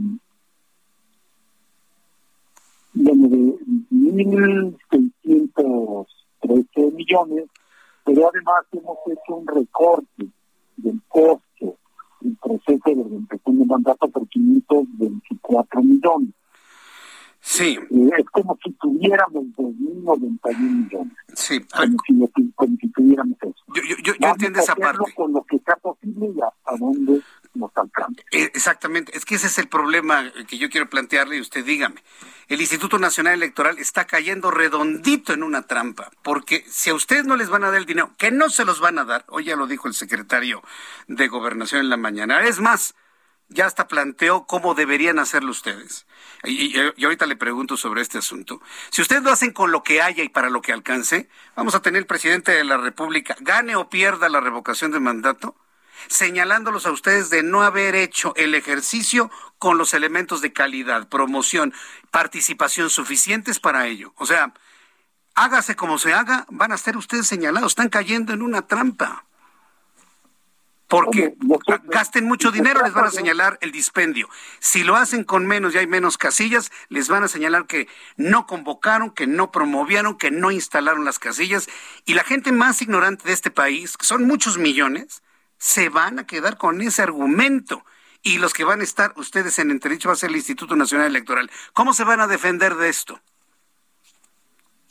de mil seiscientos trece millones, pero además hemos hecho un recorte del costo del proceso de revocación de mandato por quinientos veinticuatro millones. Sí. Eh, es como si tuviéramos dos mil noventa y uno millones. Sí. Como si, como si tuviéramos eso. Yo, yo, yo, yo entiendo esa parte. Con lo que sea posible y hasta dónde nos alcanza. Eh, exactamente. Es que ese es el problema que yo quiero plantearle y usted dígame. El Instituto Nacional Electoral está cayendo redondito en una trampa, porque si a ustedes no les van a dar el dinero, que no se los van a dar, hoy ya lo dijo el secretario de Gobernación en la mañana, es más, ya hasta planteó cómo deberían hacerlo ustedes. Y, y, y ahorita le pregunto sobre este asunto. Si ustedes lo hacen con lo que haya y para lo que alcance, vamos a tener el presidente de la República, gane o pierda la revocación de mandato, señalándolos a ustedes de no haber hecho el ejercicio con los elementos de calidad, promoción, participación suficientes para ello. O sea, hágase como se haga, van a ser ustedes señalados, están cayendo en una trampa. Porque gasten mucho dinero, les van a señalar el dispendio. Si lo hacen con menos y hay menos casillas, les van a señalar que no convocaron, que no promovieron, que no instalaron las casillas. Y la gente más ignorante de este país, que son muchos millones, se van a quedar con ese argumento. Y los que van a estar ustedes en entredicho va a ser el Instituto Nacional Electoral. ¿Cómo se van a defender de esto?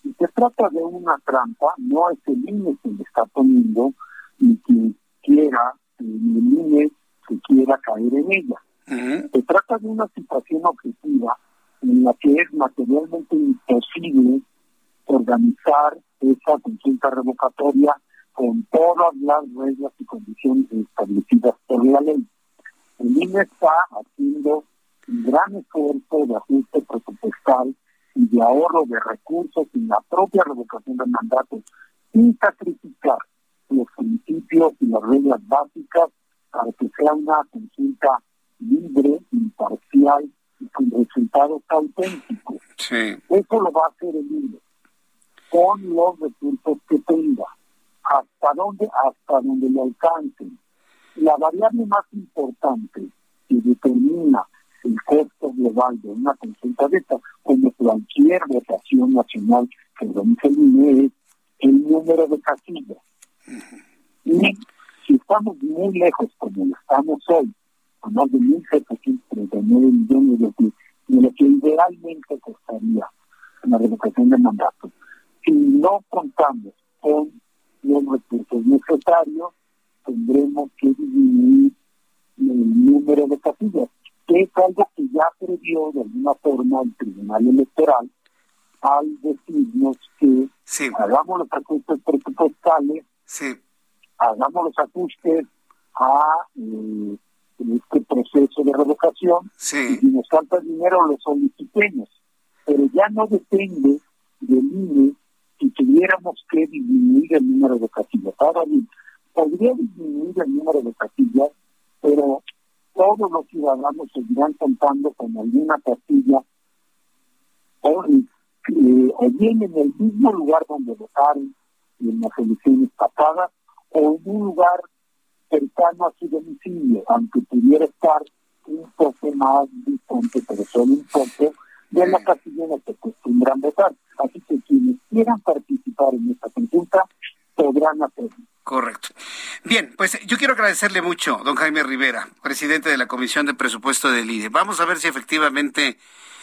Si se trata de una trampa, no es el I N E quien le está poniendo, ni quien quiera, ni el I N E que quiera caer en ella. Uh-huh. Se trata de una situación objetiva en la que es materialmente imposible organizar esa consulta revocatoria con todas las reglas y condiciones establecidas por la ley. El I N E está haciendo un gran esfuerzo de ajuste presupuestal y de ahorro de recursos en la propia revocación de mandatos, sin sacrificar los principios y las reglas básicas para que sea una consulta libre, imparcial y con resultados auténticos. Sí. Eso lo va a hacer el I N E con los recursos que tenga, hasta donde, hasta donde le alcancen. La variable más importante que determina el costo global de una consulta de esta, como cualquier votación nacional que organiza el I N E, es el número de casillas. Y si estamos muy lejos, como estamos hoy, a más de mil setecientos treinta y nueve millones de, de lo que idealmente costaría una revocación de mandato, si no contamos con los recursos necesarios, tendremos que disminuir el número de casillas, que es algo que ya previó de alguna forma el Tribunal Electoral al decirnos que sí. hagamos los ajustes presupuestales, sí. hagamos los ajustes a eh, este proceso de revocación, sí. y si nos falta dinero lo solicitemos, pero ya no depende del I N E si tuviéramos que disminuir el número de casillas. Ahora bien, podría disminuir el número de casillas, pero todos los ciudadanos seguirán contando con alguna casilla o, eh, o bien en el mismo lugar donde votaron en las elecciones pasadas o en un lugar cercano a su domicilio, aunque pudiera estar un poco más distante, pero solo un poco de la casilla en la que acostumbran votar. Así que quienes quieran participar en esta consulta podrán hacerlo. Correcto. Bien, pues yo quiero agradecerle mucho, don Jaime Rivera, presidente de la Comisión de Presupuesto del I N E. Vamos a ver si efectivamente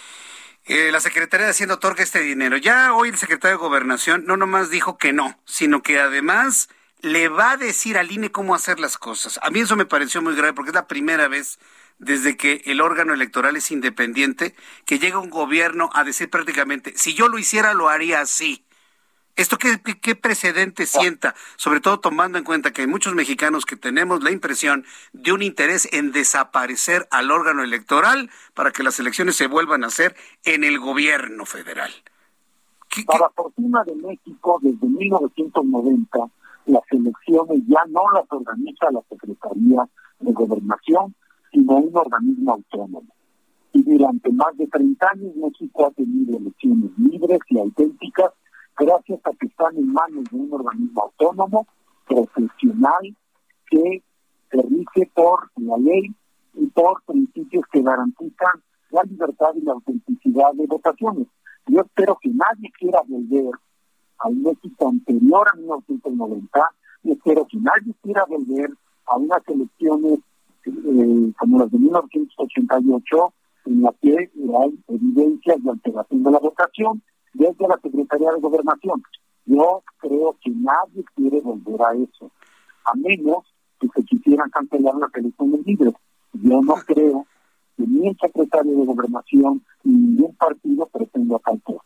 eh, la Secretaría de Hacienda otorga este dinero. Ya hoy el secretario de Gobernación no nomás dijo que no, sino que además le va a decir al I N E cómo hacer las cosas. A mí eso me pareció muy grave porque es la primera vez desde que el órgano electoral es independiente que llega un gobierno a decir prácticamente, si yo lo hiciera lo haría así. ¿Esto qué, qué, qué precedente sienta? Sobre todo tomando en cuenta que hay muchos mexicanos que tenemos la impresión de un interés en desaparecer al órgano electoral para que las elecciones se vuelvan a hacer en el gobierno federal. ¿Qué, Para qué? Fortuna de México, desde mil novecientos noventa, las elecciones ya no las organiza la Secretaría de Gobernación, sino un organismo autónomo. Y durante más de treinta años México ha tenido elecciones libres y auténticas, gracias a que están en manos de un organismo autónomo, profesional, que se rige por la ley y por principios que garantizan la libertad y la autenticidad de votaciones. Yo espero que nadie quiera volver al México anterior a mil novecientos noventa, y espero que nadie quiera volver a unas elecciones eh, como las de mil novecientos ochenta y ocho, en las que hay evidencias de alteración de la votación desde la Secretaría de Gobernación. Yo creo que nadie quiere volver a eso, a menos que se quisieran cancelar las elecciones libres. Yo no creo que ni el secretario de Gobernación ni ningún partido pretenda tal cosa.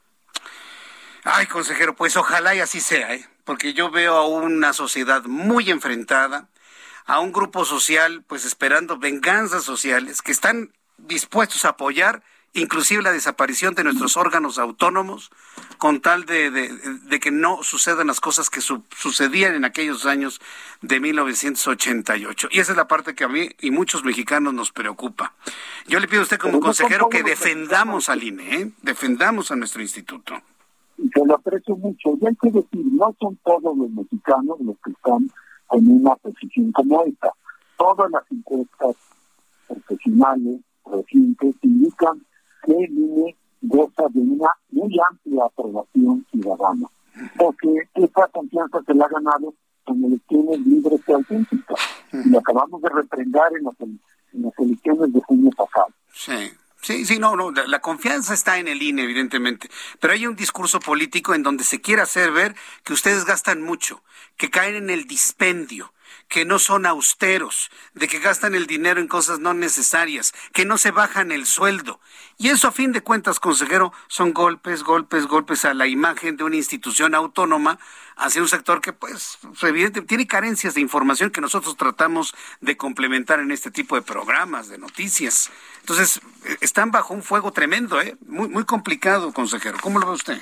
Ay, consejero, pues ojalá y así sea, ¿eh? Porque yo veo a una sociedad muy enfrentada, a un grupo social pues esperando venganzas sociales que están dispuestos a apoyar inclusive la desaparición de nuestros órganos autónomos, con tal de, de, de que no sucedan las cosas que su, sucedían en aquellos años de mil novecientos ochenta y ocho. Y esa es la parte que a mí y muchos mexicanos nos preocupa. Yo le pido a usted como consejero que defendamos al I N E, ¿eh? Defendamos a nuestro instituto. Y se lo aprecio mucho. Y hay que decir, no son todos los mexicanos los que están en una posición como esta. Todas las encuestas profesionales recientes indican que el I N E goza de una muy amplia aprobación ciudadana, porque esa confianza se la ha ganado con elecciones libres y auténticas, y lo acabamos de refrendar en las, en las elecciones de junio pasado. Sí, Sí, sí, no, no, la, la confianza está en el I N E, evidentemente, pero hay un discurso político en donde se quiere hacer ver que ustedes gastan mucho, que caen en el dispendio, que no son austeros, de que gastan el dinero en cosas no necesarias, que no se bajan el sueldo. Y eso, a fin de cuentas, consejero, son golpes, golpes, golpes a la imagen de una institución autónoma hacia un sector que, pues, evidentemente tiene carencias de información que nosotros tratamos de complementar en este tipo de programas, de noticias. Entonces, están bajo un fuego tremendo, ¿eh? Muy, muy complicado, consejero. ¿Cómo lo ve usted?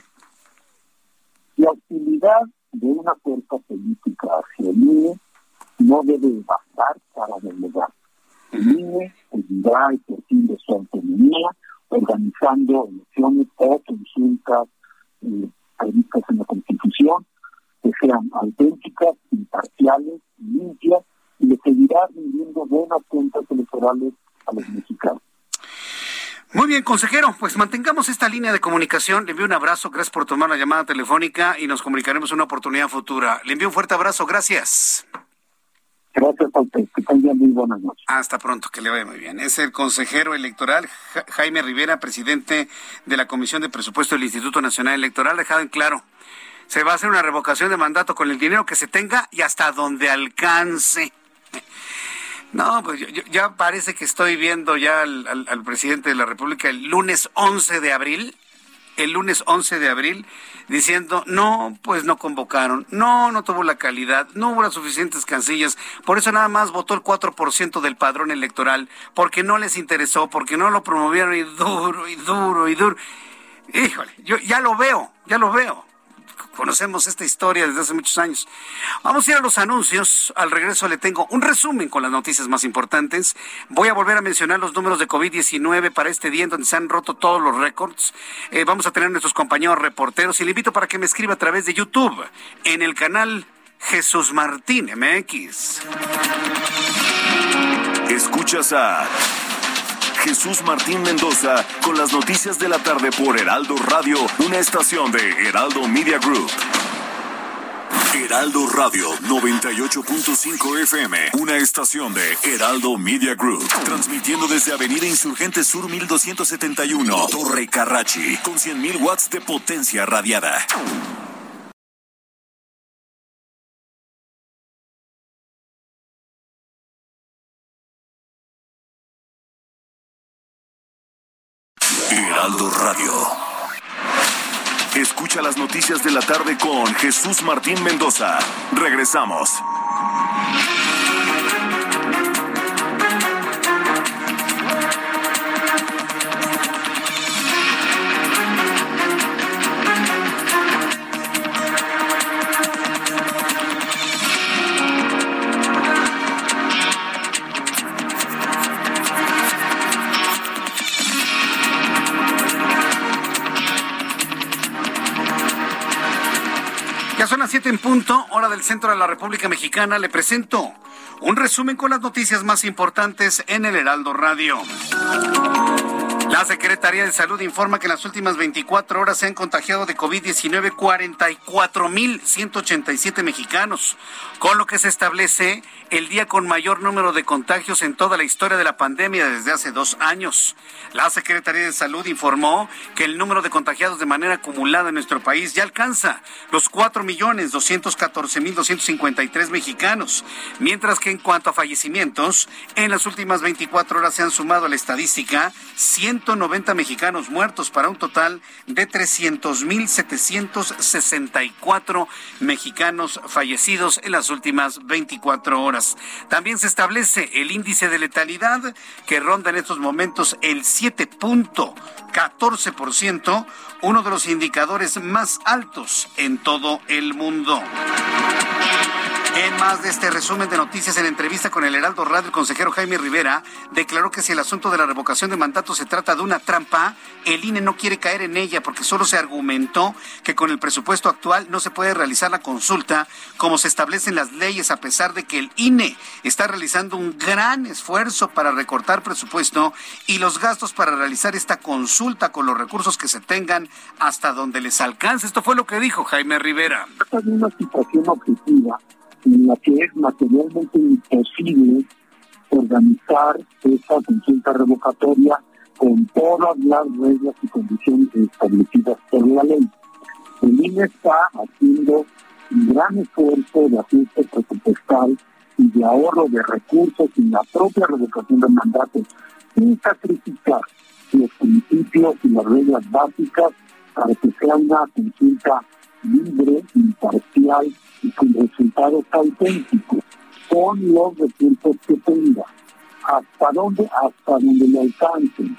La hostilidad de una fuerza política hacia el I N E no debe bastar para delegar. El I N E tendrá el perfil de su autonomía, organizando elecciones o consultas eh, previstas en la Constitución, que sean auténticas, imparciales, limpias, y le seguirá rindiendo buenas cuentas electorales a los mexicanos. Muy bien, consejero, pues mantengamos esta línea de comunicación. Le envío un abrazo, gracias por tomar la llamada telefónica y nos comunicaremos en una oportunidad futura. Le envío un fuerte abrazo, gracias. Gracias a usted, que tengan muy buenas noches. Hasta pronto, que le vaya muy bien. Es el consejero electoral ja- Jaime Rivera, presidente de la Comisión de Presupuesto del Instituto Nacional Electoral, dejado en claro. Se va a hacer una revocación de mandato con el dinero que se tenga y hasta donde alcance. No, pues yo, yo, ya parece que estoy viendo ya al, al, al presidente de la República el lunes once de abril, el lunes once de abril, diciendo, no, pues no convocaron, no, no tuvo la calidad, no hubo las suficientes casillas, por eso nada más votó el cuatro por ciento del padrón electoral, porque no les interesó, porque no lo promovieron y duro, y duro, y duro. Híjole, yo ya lo veo, ya lo veo. Conocemos esta historia desde hace muchos años. Vamos a ir a los anuncios. Al regreso le tengo un resumen con las noticias más importantes. Voy a volver a mencionar los números de COVID diecinueve para este día en donde se han roto todos los récords. Eh, vamos a tener a nuestros compañeros reporteros y le invito para que me escriba a través de YouTube en el canal Jesús Martín M X. Escuchas a Jesús Martín Mendoza con las noticias de la tarde por Heraldo Radio, una estación de Heraldo Media Group. Heraldo Radio noventa y ocho punto cinco F M, una estación de Heraldo Media Group, transmitiendo desde Avenida Insurgente Sur mil doscientos setenta y uno, Torre Carrachi, con cien mil watts de potencia radiada. Heraldo Radio. Escucha las noticias de la tarde con Jesús Martín Mendoza. Regresamos. Ya son las siete en punto, hora del centro de la República Mexicana. Le presento un resumen con las noticias más importantes en el Heraldo Radio. La Secretaría de Salud informa que en las últimas veinticuatro horas se han contagiado de COVID diecinueve cuarenta y cuatro mil ciento ochenta y siete mexicanos, con lo que se establece el día con mayor número de contagios en toda la historia de la pandemia desde hace dos años. La Secretaría de Salud informó que el número de contagiados de manera acumulada en nuestro país ya alcanza los cuatro millones doscientos catorce mil doscientos cincuenta y tres mexicanos, mientras que en cuanto a fallecimientos, en las últimas veinticuatro horas se han sumado a la estadística ciento noventa mexicanos muertos para un total de trescientos mil setecientos sesenta y cuatro mexicanos fallecidos en las últimas veinticuatro horas. También se establece el índice de letalidad que ronda en estos momentos el siete punto catorce por ciento, uno de los indicadores más altos en todo el mundo. En más de este resumen de noticias, en entrevista con el Heraldo Radio, el consejero Jaime Rivera declaró que si el asunto de la revocación de mandato se trata de una trampa, el I N E no quiere caer en ella porque solo se argumentó que con el presupuesto actual no se puede realizar la consulta como se establecen las leyes, a pesar de que el I N E está realizando un gran esfuerzo para recortar presupuesto y los gastos para realizar esta consulta con los recursos que se tengan hasta donde les alcance. Esto fue lo que dijo Jaime Rivera. Esta es una situación objetiva en la que es materialmente imposible organizar esa consulta revocatoria con todas las reglas y condiciones establecidas por la ley. El I N E está haciendo un gran esfuerzo de ajuste presupuestal y de ahorro de recursos en la propia revocación del mandato, sin sacrificar los principios y las reglas básicas para que sea una consulta libre, imparcial y con resultados auténticos, con los recursos que tenga. ¿Hasta dónde? Hasta donde le alcancen.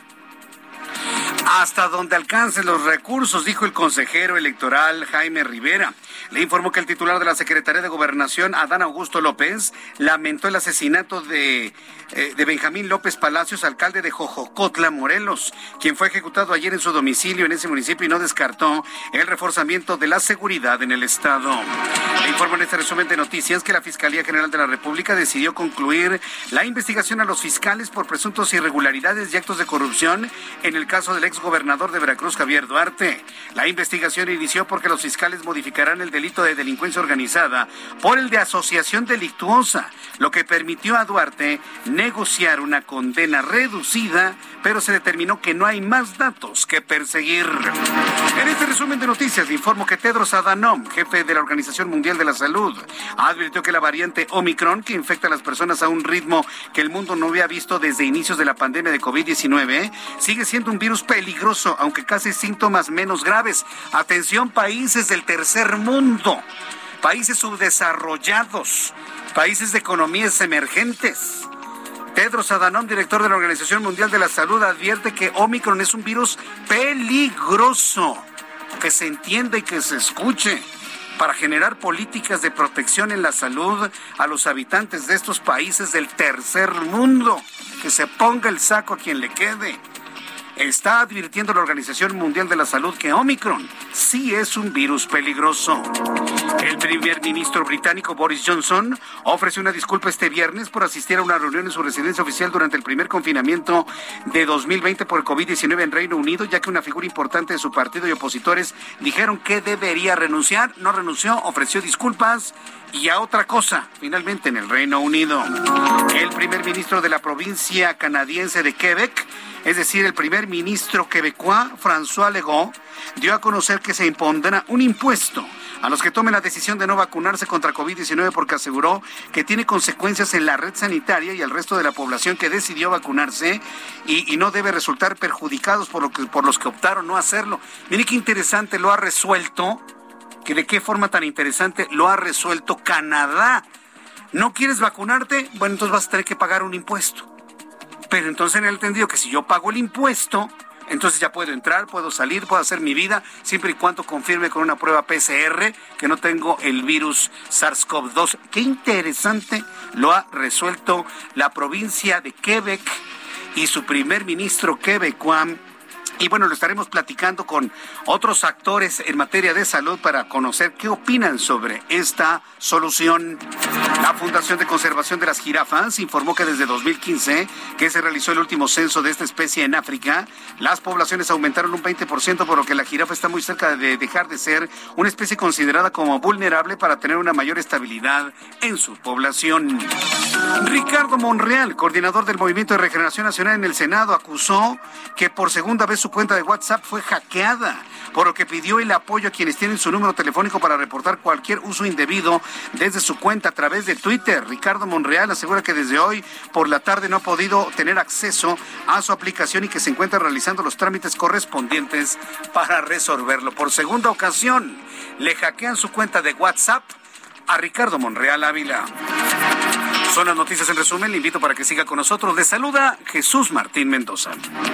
Hasta donde alcancen los recursos, dijo el consejero electoral Jaime Rivera. Le informó que el titular de la Secretaría de Gobernación, Adán Augusto López, lamentó el asesinato de, eh, de Benjamín López Palacios, alcalde de Jojocotla, Morelos, quien fue ejecutado ayer en su domicilio en ese municipio y no descartó el reforzamiento de la seguridad en el estado. Le informó en este resumen de noticias que la Fiscalía General de la República decidió concluir la investigación a los fiscales por presuntos irregularidades y actos de corrupción en el caso del exgobernador de Veracruz, Javier Duarte. La investigación inició porque los fiscales modificarán el delito de delincuencia organizada por el de asociación delictuosa, lo que permitió a Duarte negociar una condena reducida, pero se determinó que no hay más datos que perseguir. En este resumen de noticias, le informo que Tedros Adhanom, jefe de la Organización Mundial de la Salud, advirtió que la variante Omicron, que infecta a las personas a un ritmo que el mundo no había visto desde inicios de la pandemia de COVID diecinueve, sigue siendo un virus peligroso, aunque casi síntomas menos graves. Atención, países del tercer mundo, países subdesarrollados, países de economías emergentes. Tedros Adhanom, director de la Organización Mundial de la Salud, advierte que Omicron es un virus peligroso. Que se entienda y que se escuche, para generar políticas de protección en la salud a los habitantes de estos países del tercer mundo. Que se ponga el saco a quien le quede. Está advirtiendo la Organización Mundial de la Salud que Omicron sí es un virus peligroso. El primer ministro británico Boris Johnson ofreció una disculpa este viernes por asistir a una reunión en su residencia oficial durante el primer confinamiento de dos mil veinte por el COVID diecinueve en Reino Unido, ya que una figura importante de su partido y opositores dijeron que debería renunciar. No renunció, ofreció disculpas y a otra cosa, finalmente en el Reino Unido. El primer ministro de la provincia canadiense de Quebec, es decir, el primer ministro quebecois, François Legault, dio a conocer que se impondrá un impuesto a los que tomen la decisión de no vacunarse contra COVID diecinueve, porque aseguró que tiene consecuencias en la red sanitaria y el resto de la población que decidió vacunarse y, y no debe resultar perjudicados por, lo que, por los que optaron no hacerlo. Mire qué interesante lo ha resuelto, que de qué forma tan interesante lo ha resuelto Canadá. ¿No quieres vacunarte? Bueno, entonces vas a tener que pagar un impuesto. Pero entonces en el entendido que si yo pago el impuesto, entonces ya puedo entrar, puedo salir, puedo hacer mi vida, siempre y cuando confirme con una prueba P C R que no tengo el virus SARS-CoV dos. Qué interesante lo ha resuelto la provincia de Quebec y su primer ministro quebecois. Y bueno, lo estaremos platicando con otros actores en materia de salud para conocer qué opinan sobre esta solución. La Fundación de Conservación de las Jirafas informó que desde dos mil quince, que se realizó el último censo de esta especie en África, las poblaciones aumentaron un veinte por ciento, por lo que la jirafa está muy cerca de dejar de ser una especie considerada como vulnerable para tener una mayor estabilidad en su población. Ricardo Monreal, coordinador del Movimiento de Regeneración Nacional en el Senado, acusó que por segunda vez su cuenta de WhatsApp fue hackeada, por lo que pidió el apoyo a quienes tienen su número telefónico para reportar cualquier uso indebido desde su cuenta a través de Twitter. Ricardo Monreal asegura que desde hoy por la tarde no ha podido tener acceso a su aplicación y que se encuentra realizando los trámites correspondientes para resolverlo. Por segunda ocasión, le hackean su cuenta de WhatsApp a Ricardo Monreal Ávila. Son las noticias en resumen. Le invito para que siga con nosotros. Le saluda Jesús Martín Mendoza.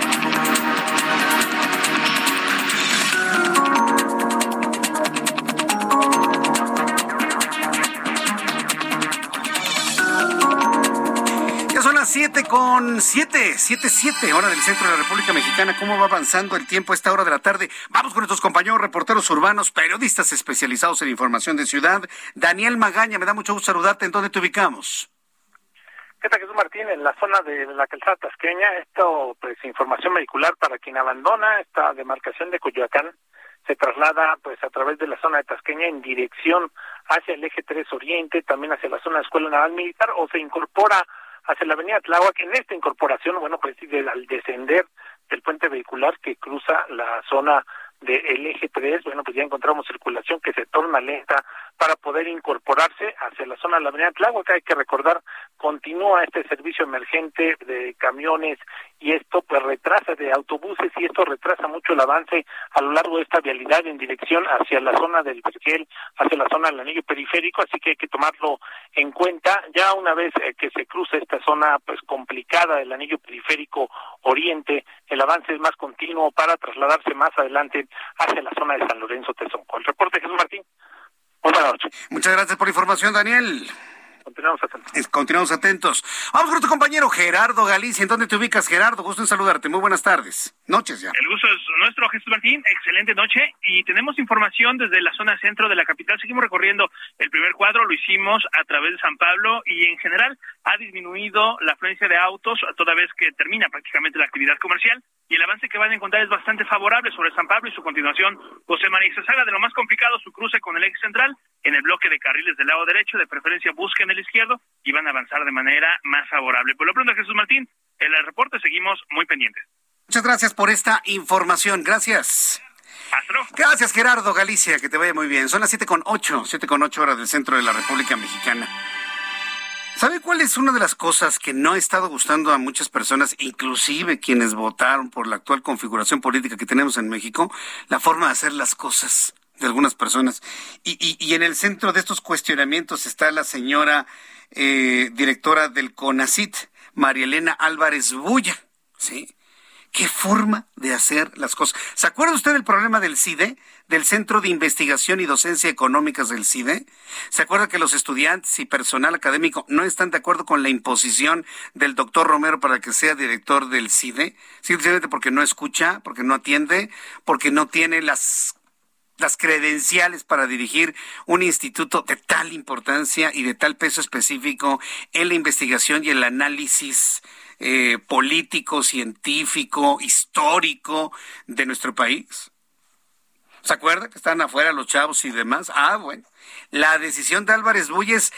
Siete con siete, siete, siete, hora del centro de la República Mexicana. ¿Cómo va avanzando el tiempo a esta hora de la tarde? Vamos con nuestros compañeros reporteros urbanos, periodistas especializados en información de ciudad. Daniel Magaña, me da mucho gusto saludarte. ¿En dónde te ubicamos? ¿Qué tal, Jesús Martín? En la zona de la calzada tasqueña, esto, pues, información vehicular para quien abandona esta demarcación de Coyoacán, se traslada, pues, a través de la zona de Tasqueña en dirección hacia el eje tres Oriente, también hacia la zona de Escuela Naval Militar, o se incorpora hacia la avenida Tláhuac. En esta incorporación, bueno, pues al descender del puente vehicular que cruza la zona del eje tres, bueno, pues ya encontramos circulación que se torna lenta para poder incorporarse hacia la zona de la avenida Tláhuac. Hay que recordar, continúa este servicio emergente de camiones y esto pues retrasa de autobuses y esto retrasa mucho el avance a lo largo de esta vialidad en dirección hacia la zona del Vergel, hacia la zona del anillo periférico, así que hay que tomarlo en cuenta. Ya una vez eh, que se cruza esta zona pues complicada del anillo periférico oriente, el avance es más continuo para trasladarse más adelante hacia la zona de San Lorenzo Tezonco. El reporte, Jesús Martín. Buenas noches. Muchas gracias por la información, Daniel. Continuamos atentos. Continuamos atentos. Vamos con tu compañero Gerardo Galicia. ¿En dónde te ubicas, Gerardo? Gusto en saludarte. Muy buenas tardes. Noches ya. El gusto es nuestro, Jesús Martín. Excelente noche. Y tenemos información desde la zona centro de la capital. Seguimos recorriendo el primer cuadro. Lo hicimos a través de San Pablo y en general ha disminuido la afluencia de autos toda vez que termina prácticamente la actividad comercial. Y el avance que van a encontrar es bastante favorable sobre San Pablo y su continuación, José María Izazaga. De lo más complicado, su cruce con el eje central en el bloque de carriles del lado derecho, de preferencia busquen el izquierdo y van a avanzar de manera más favorable. Por lo pronto, Jesús Martín, en el reporte seguimos muy pendientes. Muchas gracias por esta información. Gracias. Hasta luego. Gracias, Gerardo Galicia. Que te vaya muy bien. Son las siete con ocho, siete con ocho horas del centro de la República Mexicana. ¿Sabe cuál es una de las cosas que no ha estado gustando a muchas personas, inclusive quienes votaron por la actual configuración política que tenemos en México? La forma de hacer las cosas de algunas personas. Y, y, y en el centro de estos cuestionamientos está la señora eh, directora del CONACYT, María Elena Álvarez Bulla, ¿sí? ¿Qué forma de hacer las cosas? ¿Se acuerda usted del problema del CIDE, del Centro de Investigación y Docencia Económicas del CIDE? ¿Se acuerda que los estudiantes y personal académico no están de acuerdo con la imposición del doctor Romero para que sea director del CIDE? Simplemente porque no escucha, porque no atiende, porque no tiene las las credenciales para dirigir un instituto de tal importancia y de tal peso específico en la investigación y el análisis eh, político, científico, histórico de nuestro país. ¿Se acuerda que están afuera los chavos y demás? Ah, bueno. La decisión de Álvarez Bulla es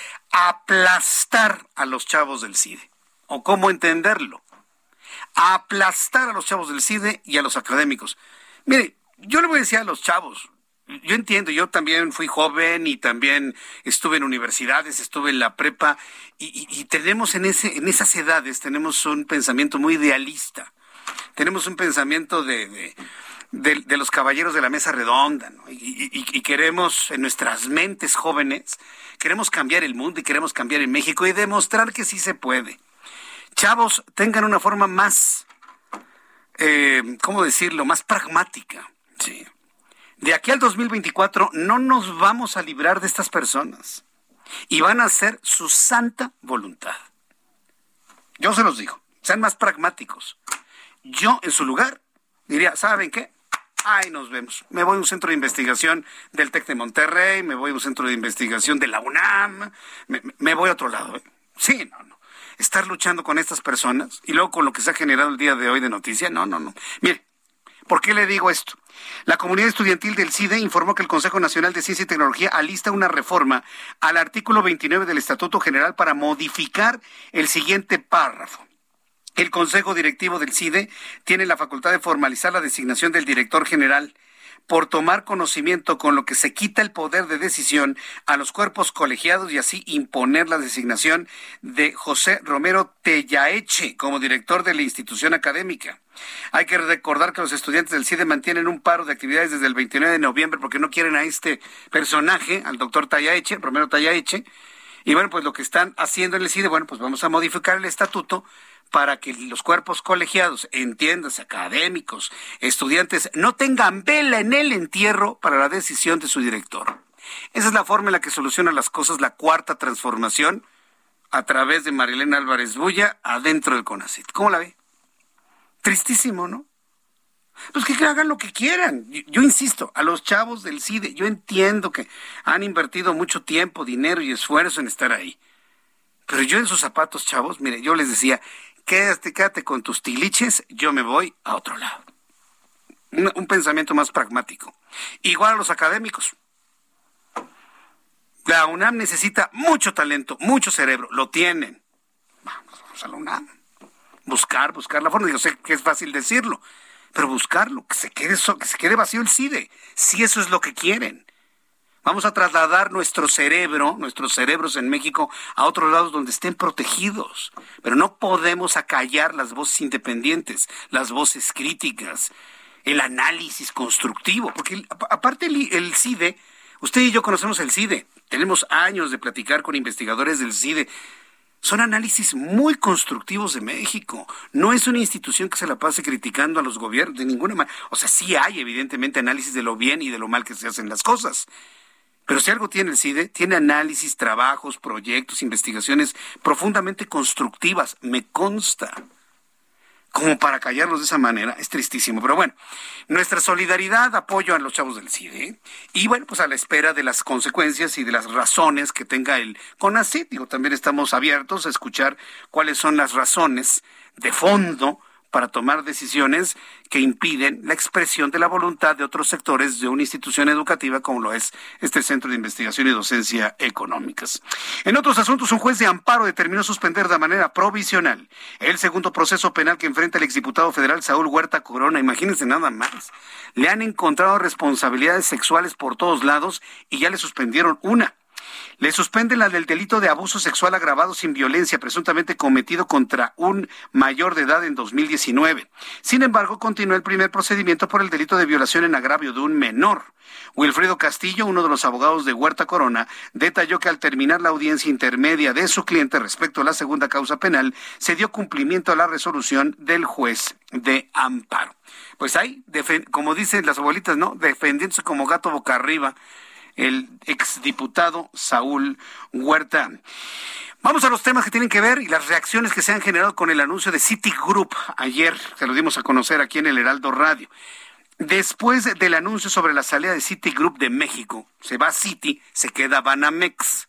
aplastar a los chavos del CIDE. ¿O cómo entenderlo? Aplastar a los chavos del CIDE y a los académicos. Mire, yo le voy a decir a los chavos, yo entiendo, yo también fui joven y también estuve en universidades, estuve en la prepa y, y, y tenemos en ese en esas edades tenemos un pensamiento muy idealista, tenemos un pensamiento de de, de, de los caballeros de la mesa redonda, ¿no? y, y, y queremos en nuestras mentes jóvenes, queremos cambiar el mundo y queremos cambiar en México y demostrar que sí se puede. Chavos, tengan una forma más, eh, ¿cómo decirlo?, más pragmática, sí. De aquí al dos mil veinticuatro no nos vamos a librar de estas personas y van a hacer su santa voluntad. Yo se los digo, sean más pragmáticos. Yo en su lugar diría, ¿saben qué? Ahí nos vemos. Me voy a un centro de investigación del TEC de Monterrey, me voy a un centro de investigación de la UNAM, me, me voy a otro lado. ¿eh? Sí, no, no. Estar luchando con estas personas y luego con lo que se ha generado el día de hoy de noticia, no, no, no. Mire, ¿por qué le digo esto? La comunidad estudiantil del CIDE informó que el Consejo Nacional de Ciencia y Tecnología alista una reforma al artículo veintinueve del Estatuto General para modificar el siguiente párrafo. El Consejo Directivo del CIDE tiene la facultad de formalizar la designación del director general por tomar conocimiento, con lo que se quita el poder de decisión a los cuerpos colegiados y así imponer la designación de José Romero Tellaeche como director de la institución académica. Hay que recordar que los estudiantes del CIDE mantienen un paro de actividades desde el veintinueve de noviembre porque no quieren a este personaje, al doctor Tellaeche, Romero Tellaeche. Y bueno, pues lo que están haciendo en el CIDE, bueno, pues vamos a modificar el estatuto para que los cuerpos colegiados, entiendas, académicos, estudiantes, no tengan vela en el entierro para la decisión de su director. Esa es la forma en la que soluciona las cosas la cuarta transformación a través de María Elena Álvarez Bulla adentro del CONACYT. ¿Cómo la ve? Tristísimo, ¿no? Pues que, que hagan lo que quieran. Yo, yo insisto, a los chavos del CIDE, yo entiendo que han invertido mucho tiempo, dinero y esfuerzo en estar ahí. Pero yo en sus zapatos, chavos, mire, yo les decía, quédate, quédate con tus tiliches, yo me voy a otro lado. Un, un pensamiento más pragmático. Igual a los académicos. La UNAM necesita mucho talento, mucho cerebro, lo tienen. Vamos, vamos a la UNAM. buscar, buscar la forma. Digo, sé que es fácil decirlo, pero buscarlo, que se quede, que se quede vacío el C I D E, si eso es lo que quieren. Vamos a trasladar nuestro cerebro, nuestros cerebros en México a otros lados donde estén protegidos. Pero no podemos acallar las voces independientes, las voces críticas, el análisis constructivo. Porque el, aparte el, el C I D E, usted y yo conocemos el C I D E. Tenemos años de platicar con investigadores del C I D E. Son análisis muy constructivos de México. No es una institución que se la pase criticando a los gobiernos de ninguna manera. O sea, sí hay evidentemente análisis de lo bien y de lo mal que se hacen las cosas. Pero si algo tiene el C I D E, tiene análisis, trabajos, proyectos, investigaciones profundamente constructivas, me consta. Como para callarlos de esa manera, es tristísimo. Pero bueno, nuestra solidaridad, apoyo a los chavos del C I D E, y bueno, pues a la espera de las consecuencias y de las razones que tenga el CONACYT. Digo, también estamos abiertos a escuchar cuáles son las razones de fondo para tomar decisiones que impiden la expresión de la voluntad de otros sectores de una institución educativa como lo es este Centro de Investigación y Docencia Económicas. En otros asuntos, un juez de amparo determinó suspender de manera provisional el segundo proceso penal que enfrenta el exdiputado federal Saúl Huerta Corona. Imagínense nada más. Le han encontrado responsabilidades sexuales por todos lados y ya le suspendieron una. Le suspenden la del delito de abuso sexual agravado sin violencia, presuntamente cometido contra un mayor de edad en dos mil diecinueve. Sin embargo, continuó el primer procedimiento por el delito de violación en agravio de un menor. Wilfredo Castillo, uno de los abogados de Huerta Corona, detalló que al terminar la audiencia intermedia de su cliente respecto a la segunda causa penal, se dio cumplimiento a la resolución del juez de amparo. Pues ahí, como dicen las abuelitas, ¿no? Defendiéndose como gato boca arriba, el exdiputado Saúl Huerta. Vamos a los temas que tienen que ver y las reacciones que se han generado con el anuncio de Citigroup. Ayer se lo dimos a conocer aquí en el Heraldo Radio. Después del anuncio sobre la salida de Citigroup de México, se va Citi, se queda Banamex.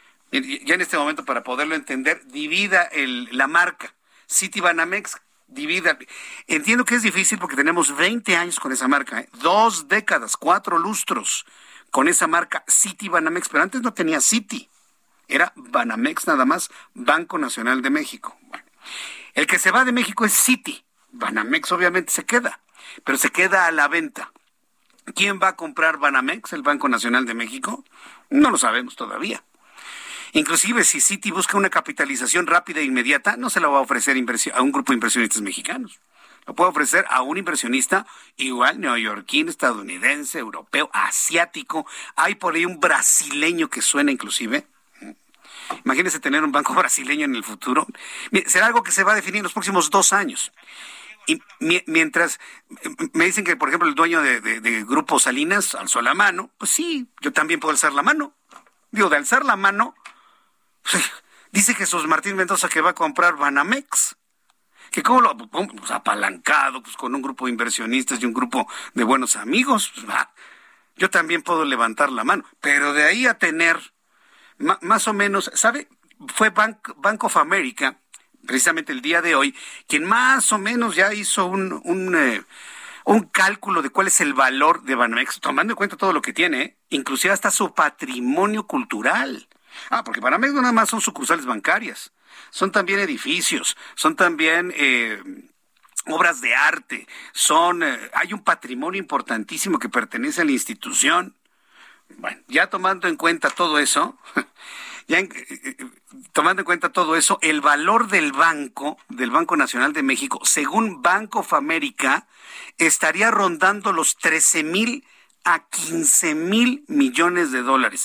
Ya en este momento, para poderlo entender, divida el, la marca. Citi Banamex, divida. Entiendo que es difícil porque tenemos veinte años con esa marca, ¿eh? Dos décadas, cuatro lustros con esa marca Citi Banamex, pero antes no tenía Citi, era Banamex nada más, Banco Nacional de México. Bueno, el que se va de México es Citi, Banamex obviamente se queda, pero se queda a la venta. ¿Quién va a comprar Banamex, el Banco Nacional de México? No lo sabemos todavía. Inclusive si Citi busca una capitalización rápida e inmediata, no se la va a ofrecer a un grupo de inversionistas mexicanos. Lo puede ofrecer a un inversionista igual neoyorquino, estadounidense, europeo, asiático. Hay por ahí un brasileño que suena inclusive. Imagínense tener un banco brasileño en el futuro. Será algo que se va a definir en los próximos dos años. Y mientras me dicen que, por ejemplo, el dueño de, de, de Grupo Salinas alzó la mano, pues sí, yo también puedo alzar la mano. Digo, de alzar la mano, pues, dice Jesús Martín Mendoza que va a comprar Banamex. Que cómo lo, pues apalancado, pues con un grupo de inversionistas y un grupo de buenos amigos, pues va. Yo también puedo levantar la mano, pero de ahí a tener ma, más o menos, ¿sabe? Fue Bank, Bank of America, precisamente el día de hoy, quien más o menos ya hizo un, un, eh, un cálculo de cuál es el valor de Banamex, tomando en cuenta todo lo que tiene, ¿eh? Inclusive hasta su patrimonio cultural. Ah, porque Banamex no nada más son sucursales bancarias. Son también edificios, son también eh, obras de arte, son eh, hay un patrimonio importantísimo que pertenece a la institución. Bueno, ya tomando en cuenta todo eso, ya en, eh, tomando en cuenta todo eso, el valor del banco, del Banco Nacional de México, según Bank of America, estaría rondando los trece mil a quince mil millones de dólares.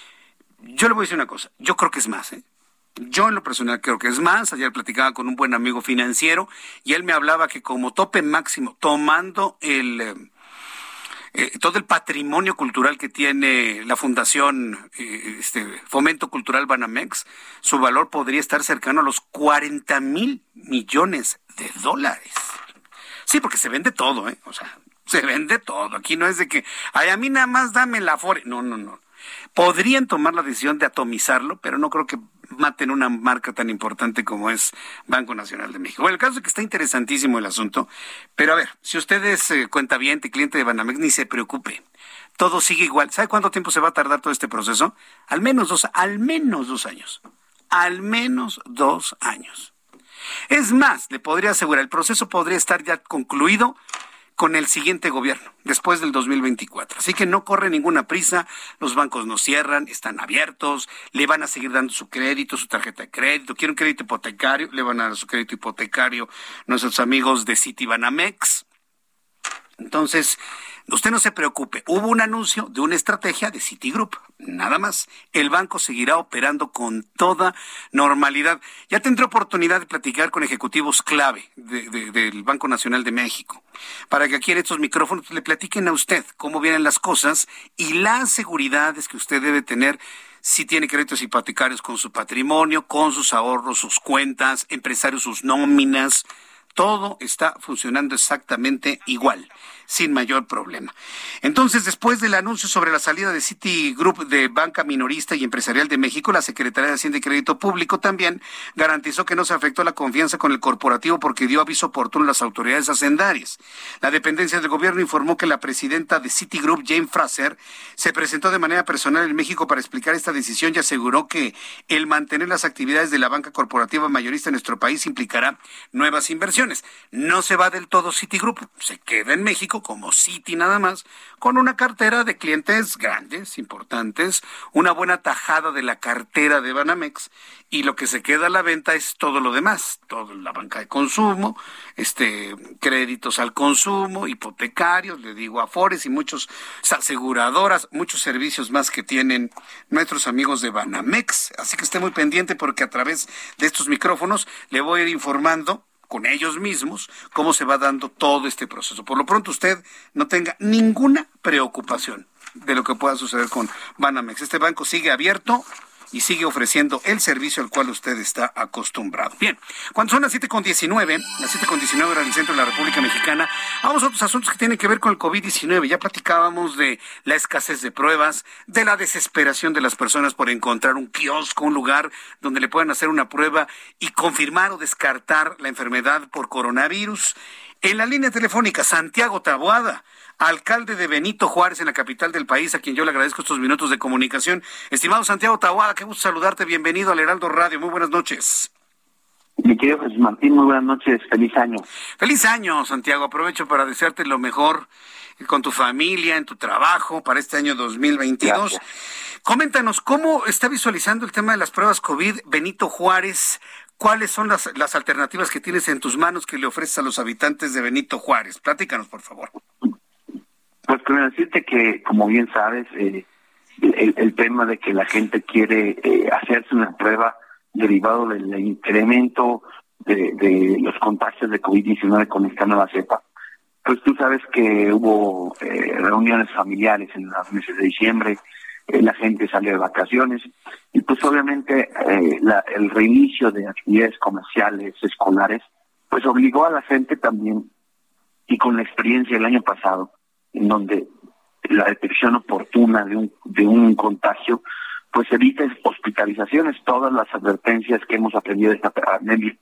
Yo le voy a decir una cosa, yo creo que es más, ¿eh? Yo en lo personal creo que es más. Ayer platicaba con un buen amigo financiero y él me hablaba que como tope máximo, tomando el eh, eh, todo el patrimonio cultural que tiene la Fundación eh, este, Fomento Cultural Banamex, su valor podría estar cercano a los cuarenta mil millones de dólares. Sí, porque se vende todo, ¿eh? O sea, se vende todo. Aquí no es de que, ay, a mí nada más dame la Afore. No, no, no. Podrían tomar la decisión de atomizarlo, pero no creo que maten una marca tan importante como es Banco Nacional de México. Bueno, el caso es que está interesantísimo el asunto, pero a ver, si usted es eh, cuentaviente, cliente de Banamex, ni se preocupe. Todo sigue igual. ¿Sabe cuánto tiempo se va a tardar todo este proceso? Al menos dos, al menos dos años. Al menos dos años. Es más, le podría asegurar, el proceso podría estar ya concluido con el siguiente gobierno, después del dos mil veinticuatro. Así que no corre ninguna prisa, los bancos no cierran, están abiertos, le van a seguir dando su crédito, su tarjeta de crédito, quiere un crédito hipotecario, le van a dar su crédito hipotecario nuestros amigos de Citibanamex. Entonces, usted no se preocupe, hubo un anuncio de una estrategia de Citigroup, nada más. El banco seguirá operando con toda normalidad. Ya tendré oportunidad de platicar con ejecutivos clave de, de, del Banco Nacional de México, para que aquí en estos micrófonos le platiquen a usted cómo vienen las cosas y las seguridades que usted debe tener si tiene créditos hipotecarios con su patrimonio, con sus ahorros, sus cuentas, empresarios, sus nóminas. Todo está funcionando exactamente igual, sin mayor problema. Entonces, después del anuncio sobre la salida de Citigroup de Banca Minorista y Empresarial de México, la Secretaría de Hacienda y Crédito Público también garantizó que no se afectó la confianza con el corporativo porque dio aviso oportuno a las autoridades hacendarias. La dependencia del gobierno informó que la presidenta de Citigroup, Jane Fraser, se presentó de manera personal en México para explicar esta decisión y aseguró que el mantener las actividades de la banca corporativa mayorista en nuestro país implicará nuevas inversiones. No se va del todo Citigroup, se queda en México como Citi nada más, con una cartera de clientes grandes, importantes, una buena tajada de la cartera de Banamex, y lo que se queda a la venta es todo lo demás, toda la banca de consumo, este créditos al consumo, hipotecarios, le digo Afores y muchos aseguradoras, muchos servicios más que tienen nuestros amigos de Banamex. Así que esté muy pendiente porque a través de estos micrófonos le voy a ir informando con ellos mismos cómo se va dando todo este proceso. Por lo pronto usted no tenga ninguna preocupación de lo que pueda suceder con Banamex. Este banco sigue abierto y sigue ofreciendo el servicio al cual usted está acostumbrado. Bien, cuando son las siete con diecinueve, las siete con diecinueve hora en el centro de la República Mexicana, vamos a otros asuntos que tienen que ver con el COVID diecinueve. Ya platicábamos de la escasez de pruebas, de la desesperación de las personas por encontrar un kiosco, un lugar donde le puedan hacer una prueba y confirmar o descartar la enfermedad por coronavirus. En la línea telefónica, Santiago Taboada, alcalde de Benito Juárez, en la capital del país, a quien yo le agradezco estos minutos de comunicación. Estimado Santiago Taboada, qué gusto saludarte, bienvenido al Heraldo Radio, muy buenas noches. Mi querido Jesús Martín, muy buenas noches, feliz año. Feliz año, Santiago, aprovecho para desearte lo mejor con tu familia, en tu trabajo, para este año dos mil veintidós. Gracias. Coméntanos, ¿cómo está visualizando el tema de las pruebas COVID Benito Juárez? ¿Cuáles son las, las alternativas que tienes en tus manos que le ofreces a los habitantes de Benito Juárez? Platícanos, por favor. Pues quiero decirte que, como bien sabes, eh, el, el tema de que la gente quiere eh, hacerse una prueba derivado del incremento de, de los contagios de COVID diecinueve con esta nueva cepa, pues tú sabes que hubo eh, reuniones familiares en los meses de diciembre, eh, la gente salió de vacaciones y pues obviamente eh, la, el reinicio de actividades comerciales, escolares, pues obligó a la gente también, y con la experiencia del año pasado, en donde la detección oportuna de un de un contagio pues evita hospitalizaciones, todas las advertencias que hemos aprendido de esta pandemia.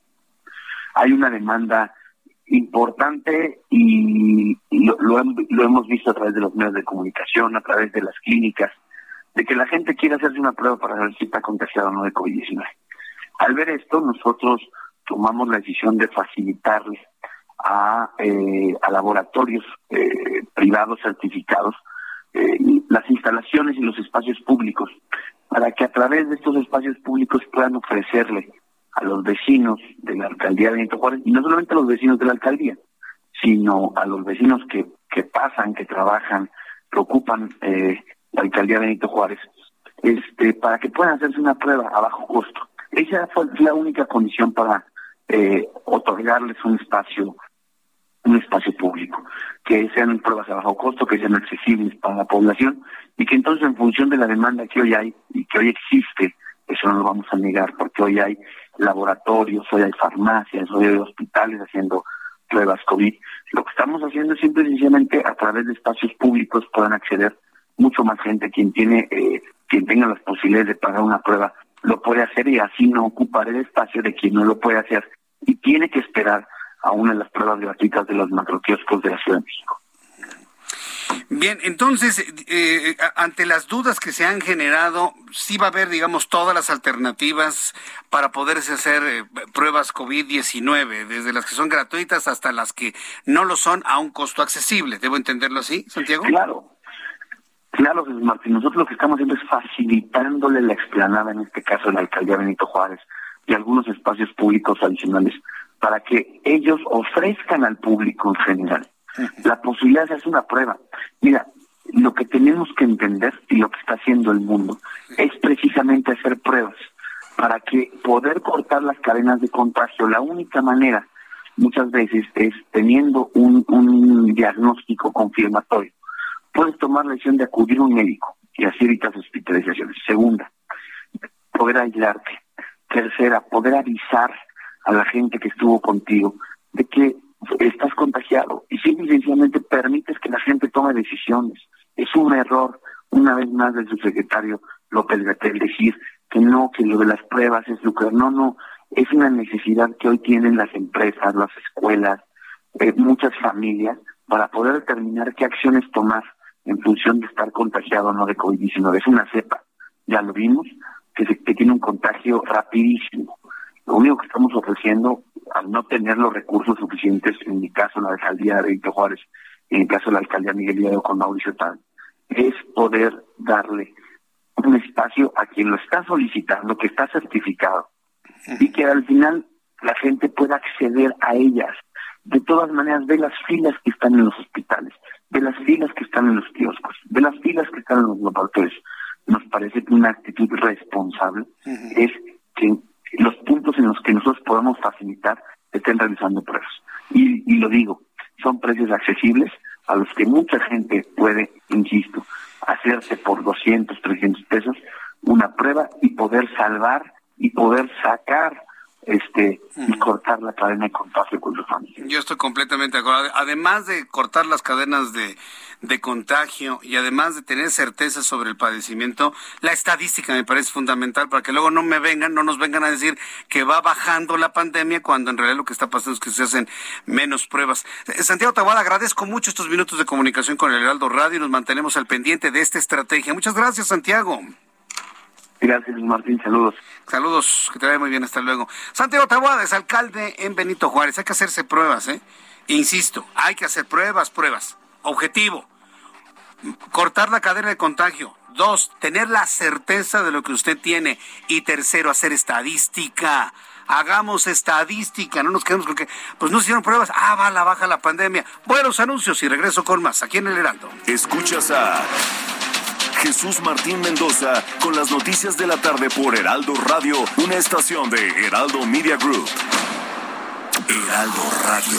Hay una demanda importante y lo, lo, lo hemos visto a través de los medios de comunicación, a través de las clínicas, de que la gente quiere hacerse una prueba para saber si está contagiado o no de COVID diecinueve. Al ver esto, nosotros tomamos la decisión de facilitarles a, eh, a laboratorios eh, privados certificados eh, las instalaciones y los espacios públicos, para que a través de estos espacios públicos puedan ofrecerle a los vecinos de la alcaldía de Benito Juárez, y no solamente a los vecinos de la alcaldía, sino a los vecinos que, que pasan, que trabajan, que ocupan eh, la alcaldía de Benito Juárez, este, para que puedan hacerse una prueba a bajo costo. Esa fue la única condición para eh, otorgarles un espacio un espacio público, que sean pruebas a bajo costo, que sean accesibles para la población, y que entonces en función de la demanda que hoy hay y que hoy existe, eso no lo vamos a negar, porque hoy hay laboratorios, hoy hay farmacias, hoy hay hospitales haciendo pruebas COVID. Lo que estamos haciendo es simple y sencillamente a través de espacios públicos puedan acceder mucho más gente. Quien tiene, eh, quien tenga las posibilidades de pagar una prueba lo puede hacer, y así no ocupar el espacio de quien no lo puede hacer y tiene que esperar a una de las pruebas gratuitas de los macroquioscos de la Ciudad de México. Bien, entonces, eh, ante las dudas que se han generado, sí va a haber, digamos, todas las alternativas para poderse hacer eh, pruebas COVID diecinueve, desde las que son gratuitas hasta las que no lo son a un costo accesible. ¿Debo entenderlo así, Santiago? Claro. Claro, Jesús Martín, nosotros lo que estamos haciendo es facilitándole la explanada, en este caso la alcaldía Benito Juárez, y algunos espacios públicos adicionales, para que ellos ofrezcan al público en general la posibilidad de hacer una prueba. Mira, lo que tenemos que entender y lo que está haciendo el mundo es precisamente hacer pruebas para que poder cortar las cadenas de contagio. La única manera, muchas veces, es teniendo un, un diagnóstico confirmatorio. Puedes tomar la decisión de acudir a un médico y así evitas hospitalizaciones. Segunda, poder aislarte. Tercera, poder avisar a la gente que estuvo contigo de que estás contagiado y simple y sencillamente permites que la gente tome decisiones. Es un error, una vez más, del subsecretario López-Gatell decir que no, que lo de las pruebas es lucrar. No, no, es una necesidad que hoy tienen las empresas, las escuelas, eh, muchas familias, para poder determinar qué acciones tomar en función de estar contagiado o no de COVID diecinueve. Es una cepa, ya lo vimos, que, se, que tiene un contagio rapidísimo. Lo único que estamos ofreciendo, al no tener los recursos suficientes, en mi caso la alcaldía de Benito Juárez, en el caso de la alcaldía Miguel Hidalgo con Mauricio Tal, es poder darle un espacio a quien lo está solicitando, que está certificado, y que al final la gente pueda acceder a ellas. De todas maneras, ve las filas que están en los hospitales, de las filas que están en los kioscos, de las filas que están en los laboratorios. Nos parece que una actitud responsable uh-huh. es que los puntos en los que nosotros podemos facilitar estén realizando pruebas. Y, y lo digo, son precios accesibles a los que mucha gente puede, insisto, hacerse por doscientos, trescientos pesos una prueba y poder salvar y poder sacar este y cortar la cadena de contagio con su familia. Yo estoy completamente de acuerdo. Además de cortar las cadenas de, de contagio y además de tener certeza sobre el padecimiento, la estadística me parece fundamental para que luego no me vengan, no nos vengan a decir que va bajando la pandemia cuando en realidad lo que está pasando es que se hacen menos pruebas. Santiago Taboada, agradezco mucho estos minutos de comunicación con el Heraldo Radio y nos mantenemos al pendiente de esta estrategia. Muchas gracias, Santiago. Gracias, Martín. Saludos. Saludos, que te vaya muy bien. Hasta luego. Santiago Taboada es alcalde en Benito Juárez. Hay que hacerse pruebas, ¿eh? Insisto, hay que hacer pruebas, pruebas. Objetivo, cortar la cadena de contagio. Dos, tener la certeza de lo que usted tiene. Y tercero, hacer estadística. Hagamos estadística, no nos quedemos con que, pues no se hicieron pruebas, ah, va a la baja la pandemia. Buenos anuncios y regreso con más aquí en el Heraldo. Escuchas a Jesús Martín Mendoza con las noticias de la tarde por Heraldo Radio, una estación de Heraldo Media Group. Heraldo Radio.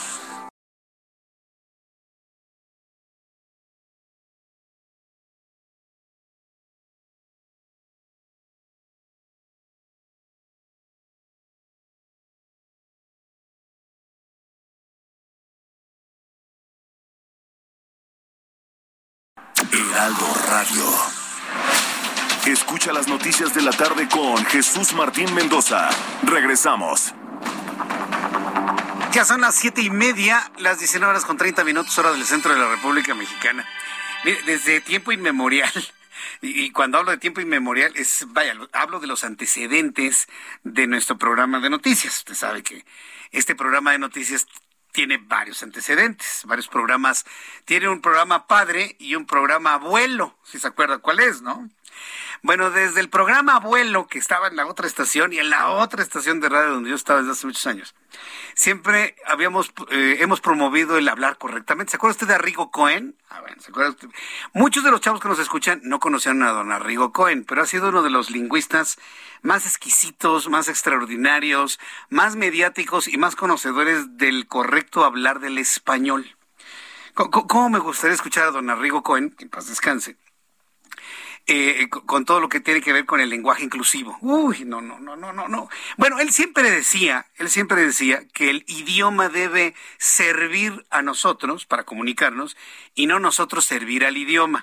Heraldo Radio. Escucha las noticias de la tarde con Jesús Martín Mendoza. Regresamos. Ya son las siete y media, las diecinueve horas con treinta minutos, hora del centro de la República Mexicana. Mire, desde tiempo inmemorial, y, y cuando hablo de tiempo inmemorial, es, vaya, hablo de los antecedentes de nuestro programa de noticias. Usted sabe que este programa de noticias tiene varios antecedentes, varios programas. Tiene un programa padre y un programa abuelo, si se acuerda cuál es, ¿no? Bueno, desde el programa abuelo, que estaba en la otra estación y en la otra estación de radio donde yo estaba desde hace muchos años, siempre habíamos eh, hemos promovido el hablar correctamente. ¿Se acuerda usted de Arrigo Cohen? Ah, bueno, ¿se acuerda usted? Muchos de los chavos que nos escuchan no conocían a don Arrigo Cohen, pero ha sido uno de los lingüistas más exquisitos, más extraordinarios, más mediáticos y más conocedores del correcto hablar del español. ¿Cómo, cómo me gustaría escuchar a don Arrigo Cohen, que en paz descanse, Eh, con todo lo que tiene que ver con el lenguaje inclusivo? Uy, no, no, no, no, no, no. Bueno, él siempre decía, él siempre decía que el idioma debe servir a nosotros para comunicarnos y no nosotros servir al idioma.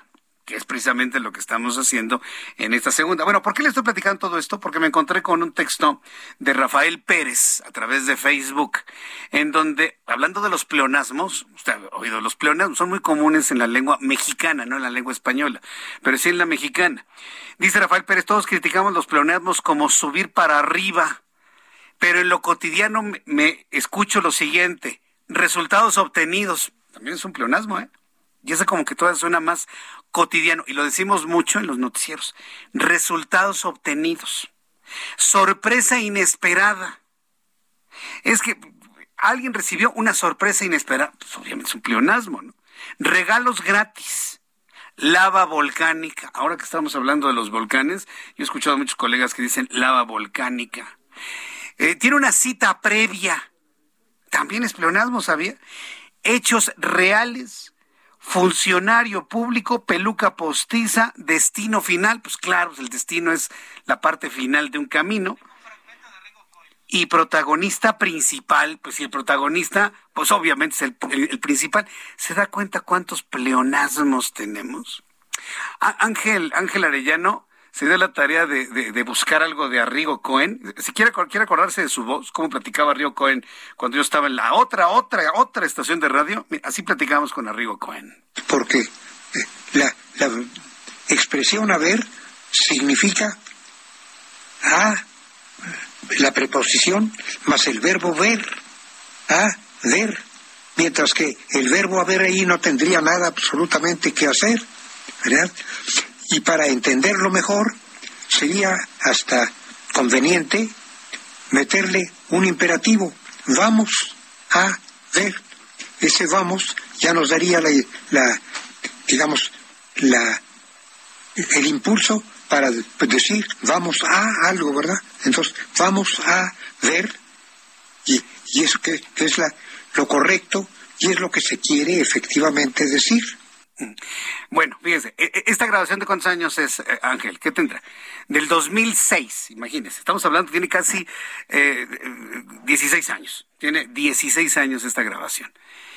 que es precisamente lo que estamos haciendo en esta segunda. Bueno, ¿por qué le estoy platicando todo esto? Porque me encontré con un texto de Rafael Pérez a través de Facebook, en donde, hablando de los pleonasmos, usted ha oído, los pleonasmos son muy comunes en la lengua mexicana, no en la lengua española, pero sí en la mexicana. Dice Rafael Pérez, todos criticamos los pleonasmos como subir para arriba, pero en lo cotidiano me, me escucho lo siguiente, resultados obtenidos. También es un pleonasmo, ¿eh? Y eso como que todavía suena más cotidiano, y lo decimos mucho en los noticieros. Resultados obtenidos. Sorpresa inesperada. Es que alguien recibió una sorpresa inesperada. Pues obviamente es un pleonasmo, ¿no? Regalos gratis. Lava volcánica. Ahora que estamos hablando de los volcanes, yo he escuchado a muchos colegas que dicen lava volcánica. Eh, tiene una cita previa. También es pleonasmo, ¿sabía? Hechos reales. Funcionario público, peluca postiza, destino final. Pues claro, el destino es la parte final de un camino. Y protagonista principal, pues si el protagonista, pues obviamente es el, el, el principal. ¿Se da cuenta cuántos pleonasmos tenemos? A, Ángel, Ángel Arellano se dio la tarea de, de, de buscar algo de Arrigo Cohen. Si quiere, quiere acordarse de su voz, cómo platicaba Arrigo Cohen cuando yo estaba en la otra, otra, otra estación de radio. Así platicábamos con Arrigo Cohen. Porque la, la expresión haber significa a, la preposición más el verbo ver, a, ver, mientras que el verbo haber ahí no tendría nada absolutamente que hacer, ¿verdad? Y para entenderlo mejor, sería hasta conveniente meterle un imperativo. Vamos a ver. Ese vamos ya nos daría la, la digamos, la el impulso para decir vamos a algo, ¿verdad? Entonces, vamos a ver, y, y eso que, que es la, lo correcto y es lo que se quiere efectivamente decir. Bueno, fíjense, ¿esta grabación de cuántos años es, Ángel? ¿Qué tendrá? Del dos mil seis, imagínense, estamos hablando, tiene casi eh, dieciséis años, tiene dieciséis años esta grabación.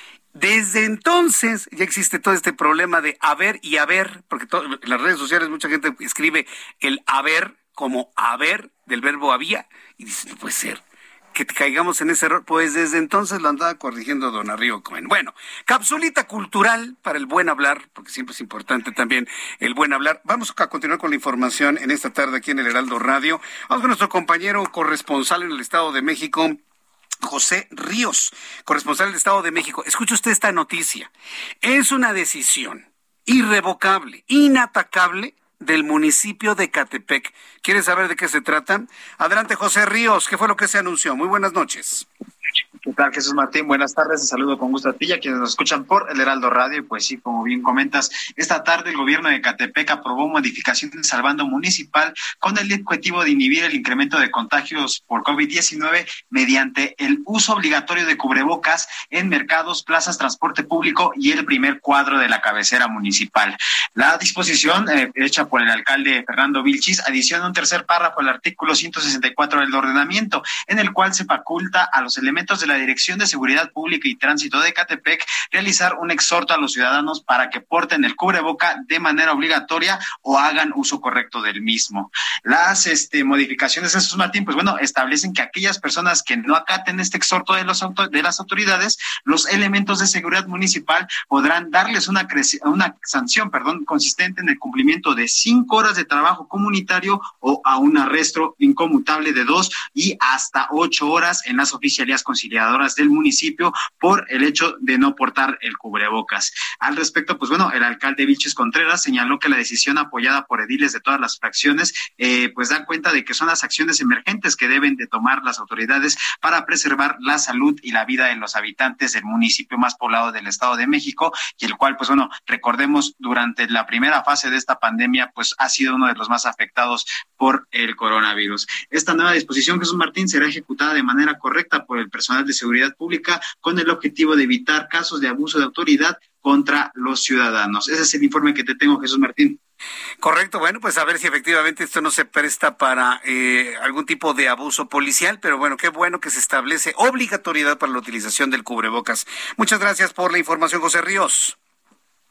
Desde entonces ya existe todo este problema de haber y haber, porque todo, en las redes sociales mucha gente escribe el haber como haber del verbo había, y dice, no puede ser que te caigamos en ese error. Pues desde entonces lo andaba corrigiendo don Arrigo Cohen. Bueno, capsulita cultural para el buen hablar, porque siempre es importante también el buen hablar. Vamos a continuar con la información en esta tarde aquí en el Heraldo Radio. Vamos con nuestro compañero corresponsal en el Estado de México, José Ríos, corresponsal del Estado de México. Escuche usted esta noticia. Es una decisión irrevocable, inatacable del municipio de Ecatepec. ¿Quieres saber de qué se trata? Adelante, José Ríos. ¿Qué fue lo que se anunció? Muy buenas noches. ¿Qué tal, Jesús Martín? Buenas tardes, te saludo con gusto a ti y a quienes nos escuchan por el Heraldo Radio. Y pues sí, como bien comentas, esta tarde el gobierno de Ecatepec aprobó modificaciones al bando municipal con el objetivo de inhibir el incremento de contagios por COVID diecinueve mediante el uso obligatorio de cubrebocas en mercados, plazas, transporte público y el primer cuadro de la cabecera municipal. La disposición eh, hecha por el alcalde Fernando Vilchis adiciona un tercer párrafo al artículo ciento sesenta y cuatro del ordenamiento, en el cual se faculta a los elementos de la Dirección de Seguridad Pública y Tránsito de Ecatepec realizar un exhorto a los ciudadanos para que porten el cubreboca de manera obligatoria o hagan uso correcto del mismo. Las este, modificaciones, Jesús Martín, pues bueno, establecen que aquellas personas que no acaten este exhorto de, los auto, de las autoridades, los elementos de seguridad municipal podrán darles una, una sanción, perdón, consistente en el cumplimiento de cinco horas de trabajo comunitario o a un arresto inconmutable de dos y hasta ocho horas en las oficialías conciliadoras del municipio por el hecho de no portar el cubrebocas. Al respecto, pues bueno, el alcalde Vilchis Contreras señaló que la decisión apoyada por ediles de todas las fracciones, eh, pues dan cuenta de que son las acciones emergentes que deben de tomar las autoridades para preservar la salud y la vida de los habitantes del municipio más poblado del Estado de México, y el cual, pues bueno, recordemos, durante la primera fase de esta pandemia, pues ha sido uno de los más afectados por el coronavirus. Esta nueva disposición, Jesús Martín, será ejecutada de manera correcta por el personal de seguridad pública con el objetivo de evitar casos de abuso de autoridad contra los ciudadanos. Ese es el informe que te tengo, Jesús Martín. Correcto, bueno, pues a ver si efectivamente esto no se presta para eh, algún tipo de abuso policial, pero bueno, qué bueno que se establece obligatoriedad para la utilización del cubrebocas. Muchas gracias por la información, José Ríos.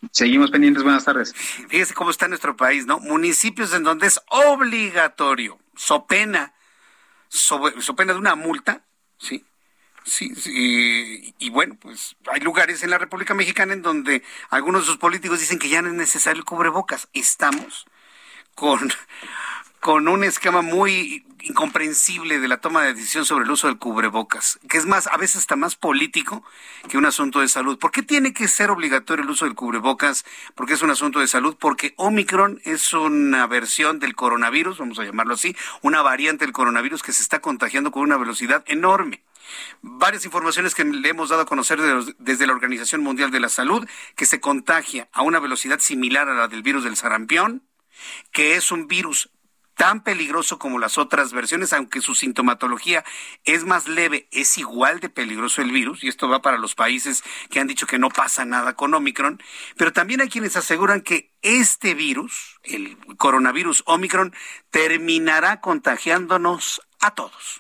Seguimos pendientes, buenas tardes. Fíjese cómo está nuestro país, ¿no? Municipios en donde es obligatorio, so pena, so, so pena de una multa, ¿sí? Sí, sí, y, y bueno, pues hay lugares en la República Mexicana en donde algunos de sus políticos dicen que ya no es necesario el cubrebocas. Estamos con, con un esquema muy incomprensible de la toma de decisión sobre el uso del cubrebocas, que es más, a veces está más político que un asunto de salud. ¿Por qué tiene que ser obligatorio el uso del cubrebocas? Porque es un asunto de salud, porque Omicron es una versión del coronavirus, vamos a llamarlo así, una variante del coronavirus que se está contagiando con una velocidad enorme. Varias informaciones que le hemos dado a conocer de los, desde la Organización Mundial de la Salud, que se contagia a una velocidad similar a la del virus del sarampión, que es un virus tan peligroso como las otras versiones, aunque su sintomatología es más leve, es igual de peligroso el virus, y esto va para los países que han dicho que no pasa nada con Omicron, pero también hay quienes aseguran que este virus, el coronavirus Omicron, terminará contagiándonos a todos.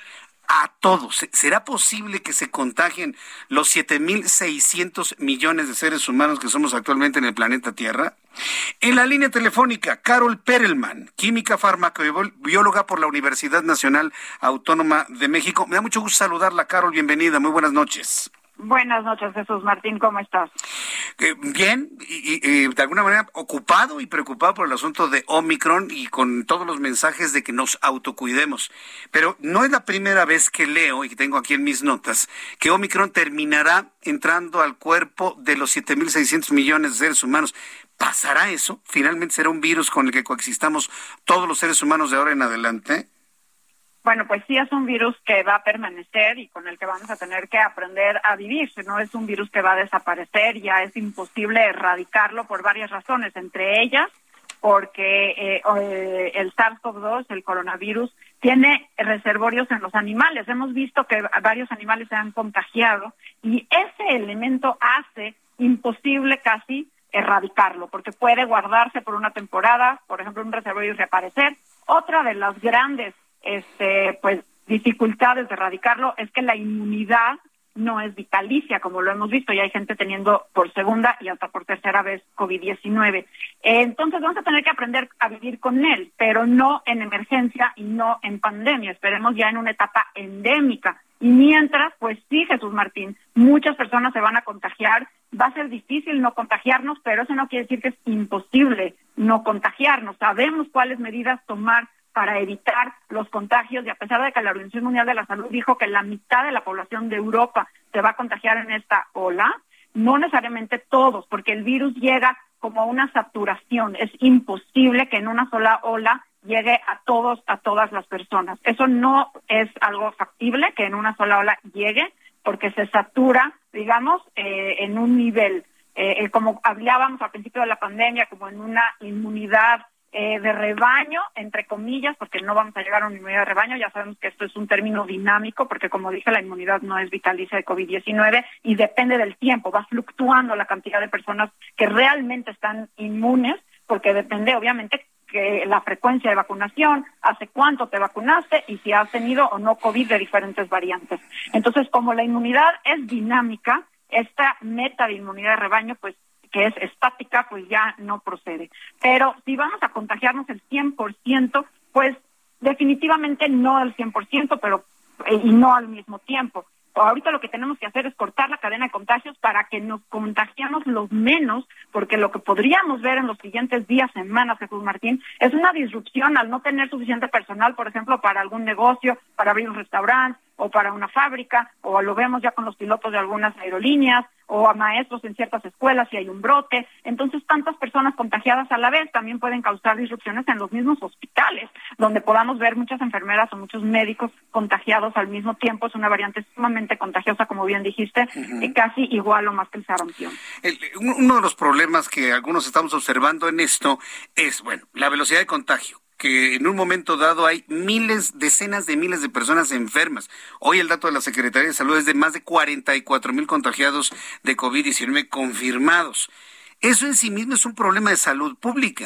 A todos. ¿Será posible que se contagien los siete mil seiscientos millones de seres humanos que somos actualmente en el planeta Tierra? En la línea telefónica, Carol Perelman, química farmacobióloga por la Universidad Nacional Autónoma de México. Me da mucho gusto saludarla, Carol. Bienvenida. Muy buenas noches. Buenas noches, Jesús Martín, ¿cómo estás? Eh, bien, y, y de alguna manera ocupado y preocupado por el asunto de Omicron y con todos los mensajes de que nos autocuidemos. Pero no es la primera vez que leo, y que tengo aquí en mis notas, que Omicron terminará entrando al cuerpo de los siete mil seiscientos millones de seres humanos. ¿Pasará eso? ¿Finalmente será un virus con el que coexistamos todos los seres humanos de ahora en adelante? Bueno, pues sí es un virus que va a permanecer y con el que vamos a tener que aprender a vivir. No es un virus que va a desaparecer, ya es imposible erradicarlo por varias razones, entre ellas porque eh, eh, el SARS-CoV dos, el coronavirus, tiene reservorios en los animales. Hemos visto que varios animales se han contagiado y ese elemento hace imposible casi erradicarlo, porque puede guardarse por una temporada, por ejemplo, un reservorio y reaparecer. Otra de las grandes este pues dificultades de erradicarlo es que la inmunidad no es vitalicia, como lo hemos visto, y hay gente teniendo por segunda y hasta por tercera vez COVID diecinueve. Entonces vamos a tener que aprender a vivir con él, pero no en emergencia y no en pandemia. Esperemos ya en una etapa endémica. Y mientras, pues sí, Jesús Martín, muchas personas se van a contagiar. Va a ser difícil no contagiarnos, pero eso no quiere decir que es imposible no contagiarnos. Sabemos cuáles medidas tomar para evitar los contagios, y a pesar de que la Organización Mundial de la Salud dijo que la mitad de la población de Europa se va a contagiar en esta ola, no necesariamente todos, porque el virus llega como una saturación. Es imposible que en una sola ola llegue a todos, a todas las personas. Eso no es algo factible, que en una sola ola llegue, porque se satura, digamos, eh, en un nivel, eh, como hablábamos al principio de la pandemia, como en una inmunidad Eh, de rebaño, entre comillas, porque no vamos a llegar a una inmunidad de rebaño. Ya sabemos que esto es un término dinámico, porque como dije, la inmunidad no es vitalicia de COVID diecinueve y depende del tiempo, va fluctuando la cantidad de personas que realmente están inmunes, porque depende obviamente que la frecuencia de vacunación, hace cuánto te vacunaste y si has tenido o no COVID de diferentes variantes. Entonces, como la inmunidad es dinámica, esta meta de inmunidad de rebaño, pues que es estática, pues ya no procede. Pero si vamos a contagiarnos el cien por ciento, pues definitivamente no al cien por ciento, pero eh, y no al mismo tiempo. Ahorita lo que tenemos que hacer es cortar la cadena de contagios para que nos contagiemos los menos, porque lo que podríamos ver en los siguientes días, semanas, Jesús Martín, es una disrupción al no tener suficiente personal, por ejemplo, para algún negocio, para abrir un restaurante o para una fábrica, o lo vemos ya con los pilotos de algunas aerolíneas, o a maestros en ciertas escuelas si hay un brote. Entonces, tantas personas contagiadas a la vez también pueden causar disrupciones en los mismos hospitales, donde podamos ver muchas enfermeras o muchos médicos contagiados al mismo tiempo. Es una variante sumamente contagiosa, como bien dijiste, uh-huh. y casi igual o más que el sarampión. El, uno de los problemas que algunos estamos observando en esto es, bueno, la velocidad de contagio, que en un momento dado hay miles, decenas de miles de personas enfermas. Hoy el dato de la Secretaría de Salud es de más de cuarenta y cuatro mil contagiados de COVID diecinueve confirmados. Eso en sí mismo es un problema de salud pública,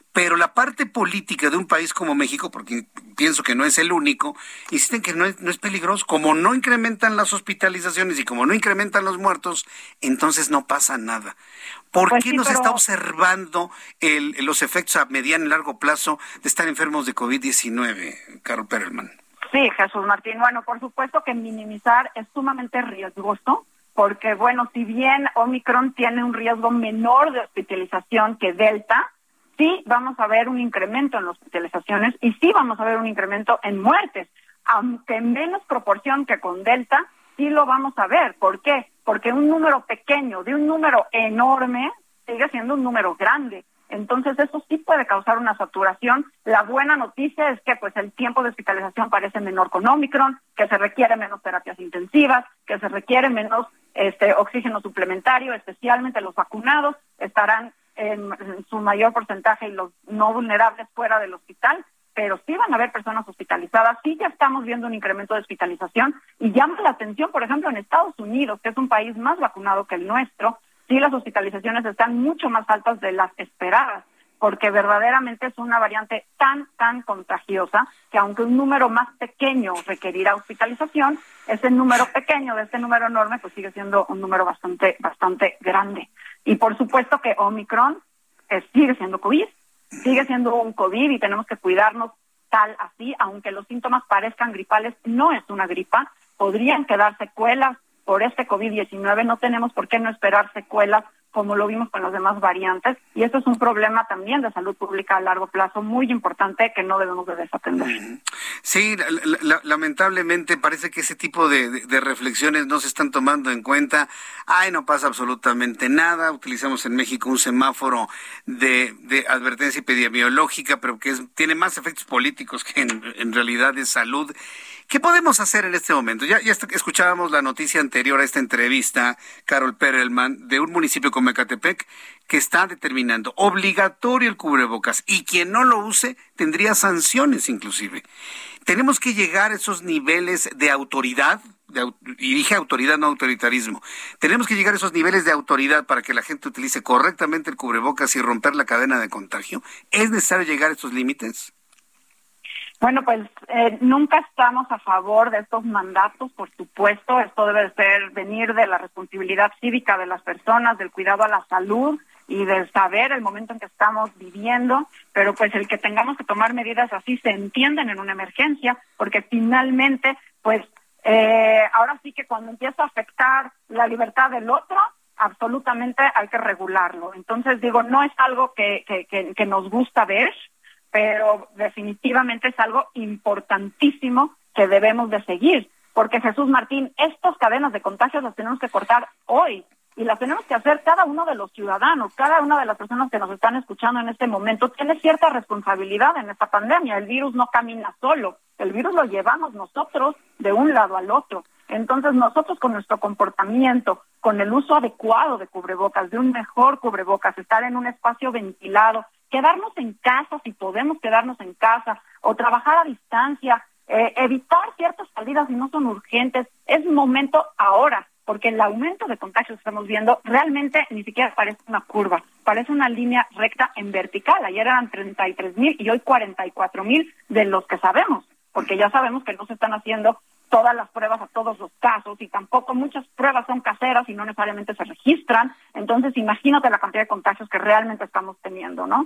pero la parte política de un país como México, porque pienso que no es el único, insisten que no es, no es peligroso. Como no incrementan las hospitalizaciones y como no incrementan los muertos, entonces no pasa nada. ¿Por Pues qué sí, nos pero- está observando el, los efectos a mediano y largo plazo de estar enfermos de COVID diecinueve, Carol Perelman? Sí, Jesús Martín. Bueno, por supuesto que minimizar es sumamente riesgoso, porque, bueno, si bien Omicron tiene un riesgo menor de hospitalización que Delta, sí vamos a ver un incremento en las hospitalizaciones y sí vamos a ver un incremento en muertes, aunque en menos proporción que con Delta, sí lo vamos a ver. ¿Por qué? Porque un número pequeño de un número enorme sigue siendo un número grande. Entonces eso sí puede causar una saturación. La buena noticia es que pues el tiempo de hospitalización parece menor con Omicron, que se requiere menos terapias intensivas, que se requiere menos este oxígeno suplementario, especialmente los vacunados estarán en, en su mayor porcentaje y los no vulnerables fuera del hospital, pero sí van a haber personas hospitalizadas, sí ya estamos viendo un incremento de hospitalización y llama la atención, por ejemplo, en Estados Unidos, que es un país más vacunado que el nuestro, sí las hospitalizaciones están mucho más altas de las esperadas, porque verdaderamente es una variante tan, tan contagiosa que aunque un número más pequeño requerirá hospitalización, ese número pequeño de este número enorme pues sigue siendo un número bastante, bastante grande. Y por supuesto que Omicron eh, sigue siendo COVID, sigue siendo un COVID y tenemos que cuidarnos tal así, aunque los síntomas parezcan gripales, no es una gripa, podrían quedar secuelas por este COVID diecinueve, no tenemos por qué no esperar secuelas como lo vimos con las demás variantes, y esto es un problema también de salud pública a largo plazo muy importante que no debemos de desatender. Sí, la, la, lamentablemente parece que ese tipo de, de, de reflexiones no se están tomando en cuenta. Ay, no pasa absolutamente nada, utilizamos en México un semáforo de, de advertencia epidemiológica, pero que es, tiene más efectos políticos que en, en realidad de salud. ¿Qué podemos hacer en este momento? Ya, ya escuchábamos la noticia anterior a esta entrevista, Carol Perelman, de un municipio como Ecatepec, que está determinando obligatorio el cubrebocas y quien no lo use tendría sanciones inclusive. Tenemos que llegar a esos niveles de autoridad, de, y dije autoridad, no autoritarismo. Tenemos que llegar a esos niveles de autoridad para que la gente utilice correctamente el cubrebocas y romper la cadena de contagio. ¿Es necesario llegar a estos límites? Bueno, pues eh, nunca estamos a favor de estos mandatos, por supuesto. Esto debe ser venir de la responsabilidad cívica de las personas, del cuidado a la salud y de saber el momento en que estamos viviendo, pero pues el que tengamos que tomar medidas así se entienden en una emergencia, porque finalmente, pues eh, ahora sí que cuando empieza a afectar la libertad del otro, absolutamente hay que regularlo. Entonces digo, no es algo que, que, que, que nos gusta ver, pero definitivamente es algo importantísimo que debemos de seguir, porque Jesús Martín, estas cadenas de contagios las tenemos que cortar hoy y las tenemos que hacer cada uno de los ciudadanos, cada una de las personas que nos están escuchando en este momento tiene cierta responsabilidad en esta pandemia. El virus no camina solo, el virus lo llevamos nosotros de un lado al otro. Entonces nosotros con nuestro comportamiento, con el uso adecuado de cubrebocas, de un mejor cubrebocas, estar en un espacio ventilado, quedarnos en casa si podemos quedarnos en casa o trabajar a distancia, eh, evitar ciertas salidas si no son urgentes, es momento ahora, porque el aumento de contagios que estamos viendo realmente ni siquiera parece una curva, parece una línea recta en vertical. Ayer eran treinta y tres mil y hoy cuarenta y cuatro mil de los que sabemos, porque ya sabemos que no se están haciendo todas las pruebas a todos los casos y tampoco muchas pruebas son caseras y no necesariamente se registran. Entonces imagínate la cantidad de contagios que realmente estamos teniendo, ¿no?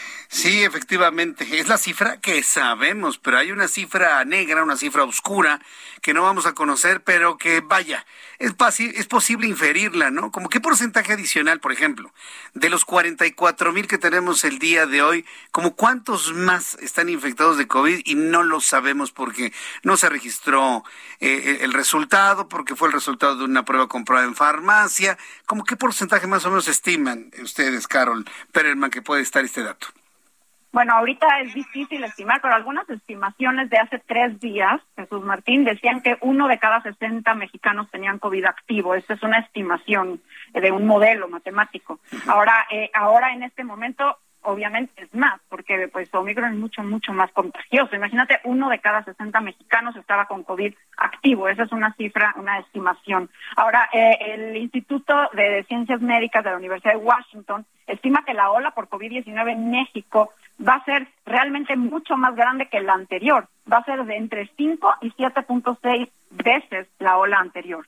Sí, efectivamente, es la cifra que sabemos, pero hay una cifra negra, una cifra oscura que no vamos a conocer, pero que vaya, es, es posible inferirla, ¿no? Como qué porcentaje adicional, por ejemplo, de los cuarenta y cuatro mil que tenemos el día de hoy, como cuántos más están infectados de COVID y no lo sabemos porque no se registró eh, el resultado, porque fue el resultado de una prueba comprada en farmacia. ¿Cómo qué porcentaje más o menos estiman ustedes, Carol Perelman, que puede estar este dato? Bueno, ahorita es difícil estimar, pero algunas estimaciones de hace tres días, Jesús Martín, decían que uno de cada sesenta mexicanos tenían COVID activo. Esta es una estimación de un modelo matemático. Ahora, eh, ahora en este momento, obviamente es más, porque pues Omicron es mucho, mucho más contagioso. Imagínate, uno de cada sesenta mexicanos estaba con COVID activo. Esa es una cifra, una estimación. Ahora, eh, el Instituto de Ciencias Médicas de la Universidad de Washington estima que la ola por COVID diecinueve en México va a ser realmente mucho más grande que la anterior. Va a ser de entre cinco y siete punto seis veces la ola anterior.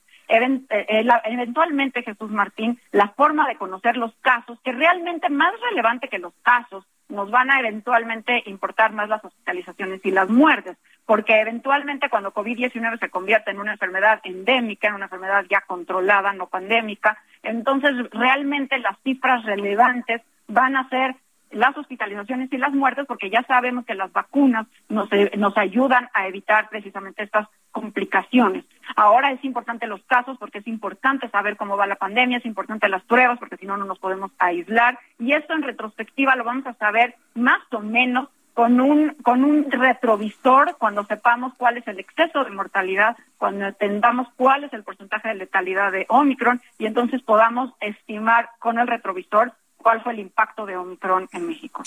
Eventualmente, Jesús Martín, la forma de conocer los casos, que realmente más relevante que los casos, nos van a eventualmente importar más las hospitalizaciones y las muertes, porque eventualmente cuando COVID diecinueve se convierte en una enfermedad endémica, en una enfermedad ya controlada, no pandémica, entonces realmente las cifras relevantes van a ser las hospitalizaciones y las muertes, porque ya sabemos que las vacunas nos, nos ayudan a evitar precisamente estas complicaciones. Ahora es importante los casos porque es importante saber cómo va la pandemia, es importante las pruebas porque si no, no nos podemos aislar, y esto en retrospectiva lo vamos a saber más o menos con un con un retrovisor cuando sepamos cuál es el exceso de mortalidad, cuando entendamos cuál es el porcentaje de letalidad de Omicron y entonces podamos estimar con el retrovisor cuál fue el impacto de Omicron en México.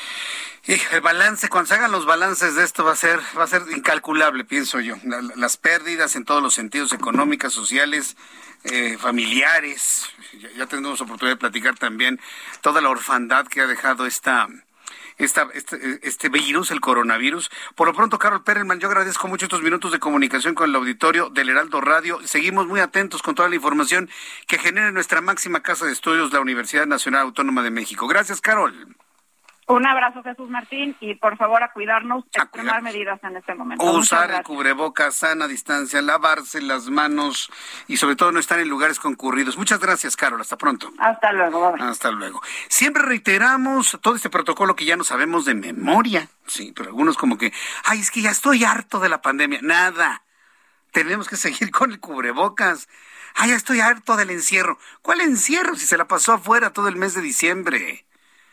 Y el balance, cuando se hagan los balances de esto va a ser va a ser incalculable, pienso yo. Las pérdidas en todos los sentidos, económicas, sociales, eh, familiares. Ya, ya tendremos oportunidad de platicar también toda la orfandad que ha dejado esta Esta, este, este virus, el coronavirus. Por lo pronto, Carol Perelman, yo agradezco mucho estos minutos de comunicación con el auditorio del Heraldo Radio. Seguimos muy atentos con toda la información que genere nuestra máxima casa de estudios, la Universidad Nacional Autónoma de México. Gracias, Carol. Un abrazo, Jesús Martín, y por favor a cuidarnos, a extremar medidas en este momento. Usar el cubrebocas, sana distancia, lavarse las manos y sobre todo no estar en lugares concurridos. Muchas gracias, Carol. Hasta pronto. Hasta luego. Bye. Hasta luego. Siempre reiteramos todo este protocolo que ya no sabemos de memoria. Sí, pero algunos como que, ay, es que ya estoy harto de la pandemia. Nada. Tenemos que seguir con el cubrebocas. Ay, ya estoy harto del encierro. ¿Cuál encierro? Si se la pasó afuera todo el mes de diciembre.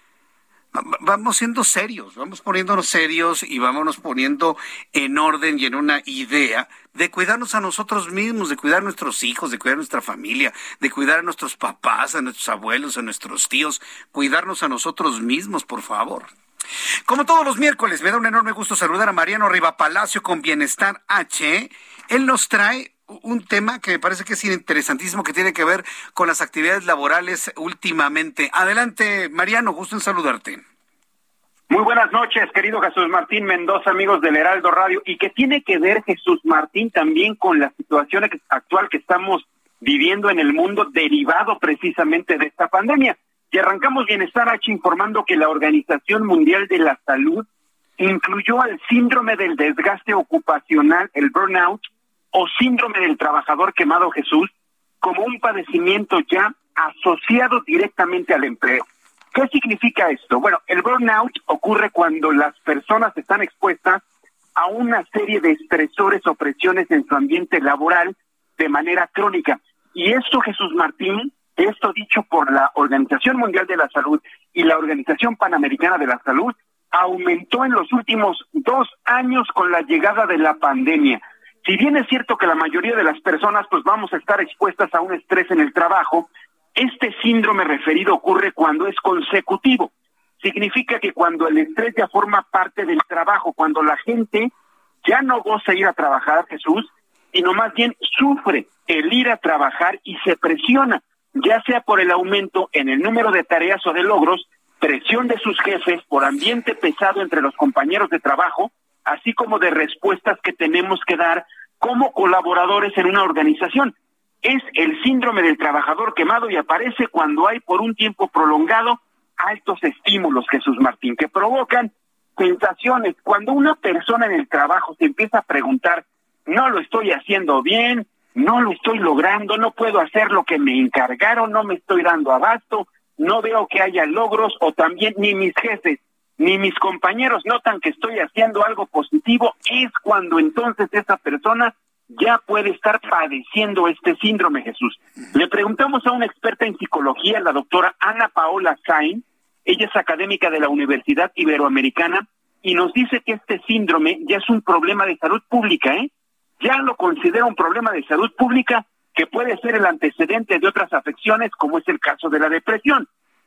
Vamos siendo serios, vamos poniéndonos serios y vámonos poniendo en orden y en una idea de cuidarnos a nosotros mismos, de cuidar a nuestros hijos, de cuidar a nuestra familia, de cuidar a nuestros papás, a nuestros abuelos, a nuestros tíos, cuidarnos a nosotros mismos, por favor. Como todos los miércoles, me da un enorme gusto saludar a Mariano Rivapalacio con Bienestar H. Él nos trae un tema que me parece que es interesantísimo, que tiene que ver con las actividades laborales últimamente. Adelante, Mariano, gusto en saludarte. Muy buenas noches, querido Jesús Martín Mendoza, amigos del Heraldo Radio, y que tiene que ver, Jesús Martín, también con la situación actual que estamos viviendo en el mundo, derivado precisamente de esta pandemia. Y arrancamos Bienestar H informando que la Organización Mundial de la Salud incluyó al síndrome del desgaste ocupacional, el burnout, o síndrome del trabajador quemado, Jesús, como un padecimiento ya asociado directamente al empleo. ¿Qué significa esto? Bueno, el burnout ocurre cuando las personas están expuestas a una serie de estresores o presiones en su ambiente laboral de manera crónica. Y esto, Jesús Martín, esto dicho por la Organización Mundial de la Salud y la Organización Panamericana de la Salud, aumentó en los últimos dos años con la llegada de la pandemia. Si bien es cierto que la mayoría de las personas pues vamos a estar expuestas a un estrés en el trabajo, este síndrome referido ocurre cuando es consecutivo. Significa que cuando el estrés ya forma parte del trabajo, cuando la gente ya no goza ir a trabajar, Jesús, sino más bien sufre el ir a trabajar y se presiona, ya sea por el aumento en el número de tareas o de logros, presión de sus jefes, por ambiente pesado entre los compañeros de trabajo, así como de respuestas que tenemos que dar como colaboradores en una organización. Es el síndrome del trabajador quemado y aparece cuando hay por un tiempo prolongado altos estímulos, Jesús Martín, que provocan sensaciones. Cuando una persona en el trabajo se empieza a preguntar, no lo estoy haciendo bien, no lo estoy logrando, no puedo hacer lo que me encargaron, no me estoy dando abasto, no veo que haya logros, o también ni mis jefes ni mis compañeros notan que estoy haciendo algo positivo, es cuando entonces esa persona ya puede estar padeciendo este síndrome, Jesús. Le preguntamos a una experta en psicología, la doctora Ana Paola Sainz, ella es académica de la Universidad Iberoamericana, y nos dice que este síndrome ya es un problema de salud pública, ¿eh? Ya lo considera un problema de salud pública que puede ser el antecedente de otras afecciones, como es el caso de la depresión.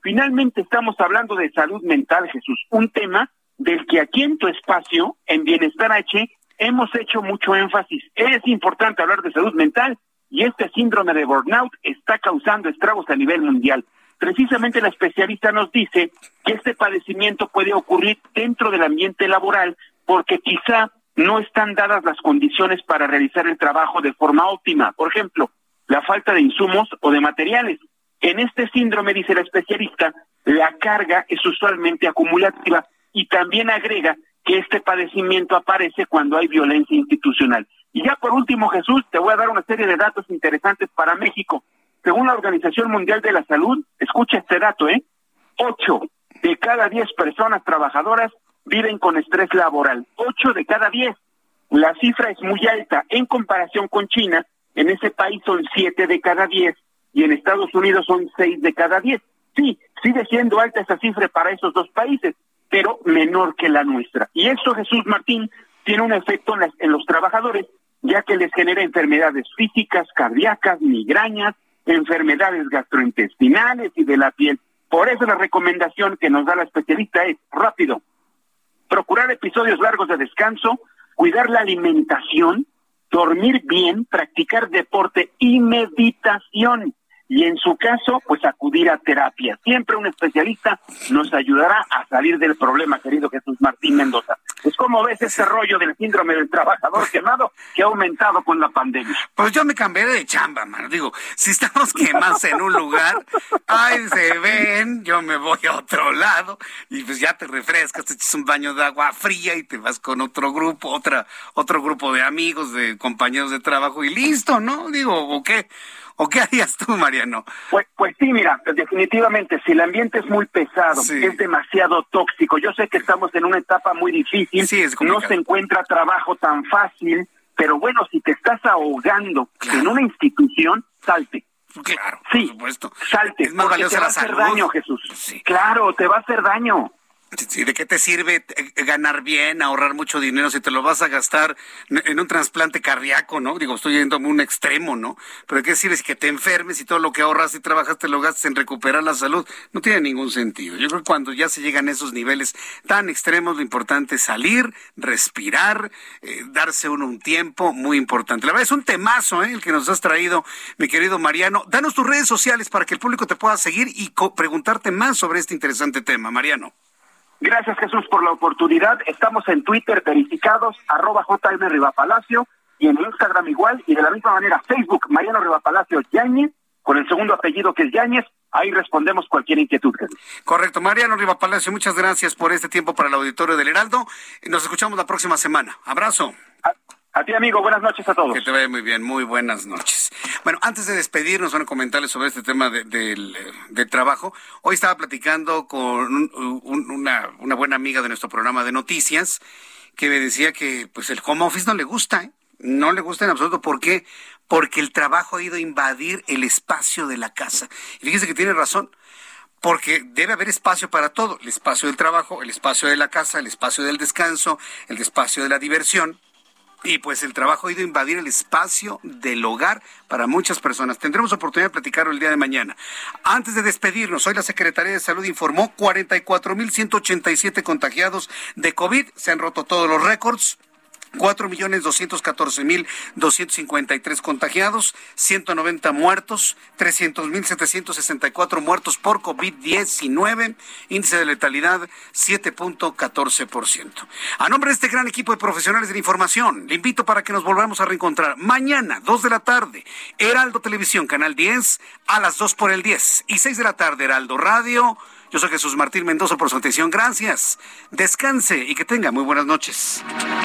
Finalmente estamos hablando de salud mental, Jesús, un tema del que aquí en tu espacio, en Bienestar H, hemos hecho mucho énfasis. Es importante hablar de salud mental y este síndrome de burnout está causando estragos a nivel mundial. Precisamente la especialista nos dice que este padecimiento puede ocurrir dentro del ambiente laboral porque quizá no están dadas las condiciones para realizar el trabajo de forma óptima. Por ejemplo, la falta de insumos o de materiales. En este síndrome, dice la especialista, la carga es usualmente acumulativa y también agrega que este padecimiento aparece cuando hay violencia institucional. Y ya por último, Jesús, te voy a dar una serie de datos interesantes para México. Según la Organización Mundial de la Salud, escucha este dato, ¿eh? Ocho de cada diez personas trabajadoras viven con estrés laboral. Ocho de cada diez. La cifra es muy alta. En comparación con China, en ese país son siete de cada diez y en Estados Unidos son seis de cada diez. Sí, sigue siendo alta esa cifra para esos dos países, pero menor que la nuestra. Y eso, Jesús Martín, tiene un efecto en, las, en los trabajadores, ya que les genera enfermedades físicas, cardíacas, migrañas, enfermedades gastrointestinales y de la piel. Por eso la recomendación que nos da la especialista es, rápido, procurar episodios largos de descanso, cuidar la alimentación, dormir bien, practicar deporte y meditación. Y en su caso, pues acudir a terapia. Siempre un especialista nos ayudará a salir del problema, querido Jesús Martín Mendoza. Pues ¿cómo ves ese rollo del síndrome del trabajador quemado que ha aumentado con la pandemia? Pues yo me cambiaré de chamba, mano. Digo, si estamos quemados en un lugar, ahí se ven, yo me voy a otro lado y pues ya te refrescas, te echas un baño de agua fría y te vas con otro grupo, otra, otro grupo de amigos, de compañeros de trabajo y listo, ¿no? Digo, ¿o qué? ¿O qué harías tú, Mariano? Pues, pues sí, mira, definitivamente, si el ambiente es muy pesado, sí. es demasiado tóxico, yo sé que estamos en una etapa muy difícil, sí, es no se encuentra trabajo tan fácil, pero bueno, si te estás ahogando claro. en una institución, salte. Claro, sí, por supuesto. Salte, es más porque valiosa te va la a hacer salud. daño, Jesús. Sí. Claro, te va a hacer daño. Sí, ¿de qué te sirve ganar bien, ahorrar mucho dinero si te lo vas a gastar en un trasplante cardíaco, ¿no? Digo, estoy yendo a un extremo, ¿no? Pero ¿de qué sirve si que te enfermes y todo lo que ahorras y trabajas te lo gastas en recuperar la salud? No tiene ningún sentido. Yo creo que cuando ya se llegan a esos niveles tan extremos, lo importante es salir, respirar, eh, darse uno un tiempo muy importante. La verdad es un temazo, ¿eh? El que nos has traído, mi querido Mariano. Danos tus redes sociales para que el público te pueda seguir y co- preguntarte más sobre este interesante tema, Mariano. Gracias, Jesús, por la oportunidad. Estamos en Twitter verificados, arroba J M Rivapalacio, y en Instagram igual, y de la misma manera Facebook, Mariano Rivapalacio Yáñez, con el segundo apellido que es Yáñez. Ahí respondemos cualquier inquietud, Jesús. Correcto. Mariano Rivapalacio, muchas gracias por este tiempo para el auditorio del Heraldo. Nos escuchamos la próxima semana. Abrazo. A, a ti, amigo. Buenas noches a todos. Que te vaya muy bien. Muy buenas noches. Bueno, antes de despedirnos, van a comentarles sobre este tema de, de, del, del trabajo. Hoy estaba platicando con un, un, una, una buena amiga de nuestro programa de noticias que me decía que pues el home office no le gusta, ¿eh? No le gusta en absoluto. ¿Por qué? Porque el trabajo ha ido a invadir el espacio de la casa. Y fíjese que tiene razón. Porque debe haber espacio para todo. El espacio del trabajo, el espacio de la casa, el espacio del descanso, el espacio de la diversión. Y pues el trabajo ha ido a invadir el espacio del hogar para muchas personas. Tendremos oportunidad de platicarlo el día de mañana. Antes de despedirnos, hoy la Secretaría de Salud informó cuarenta y cuatro mil ciento ochenta y siete contagiados de COVID. Se han roto todos los récords. cuatro millones doscientos catorce mil doscientos cincuenta y tres contagiados, ciento noventa muertos, trescientos mil setecientos sesenta y cuatro muertos por COVID diecinueve, índice de letalidad siete punto catorce por ciento. A nombre de este gran equipo de profesionales de la información, le invito para que nos volvamos a reencontrar mañana, dos de la tarde, Heraldo Televisión, Canal diez, a las dos por el diez, y seis de la tarde, Heraldo Radio. Yo soy Jesús Martín Mendoza por su atención. Gracias. Descanse y que tenga muy buenas noches.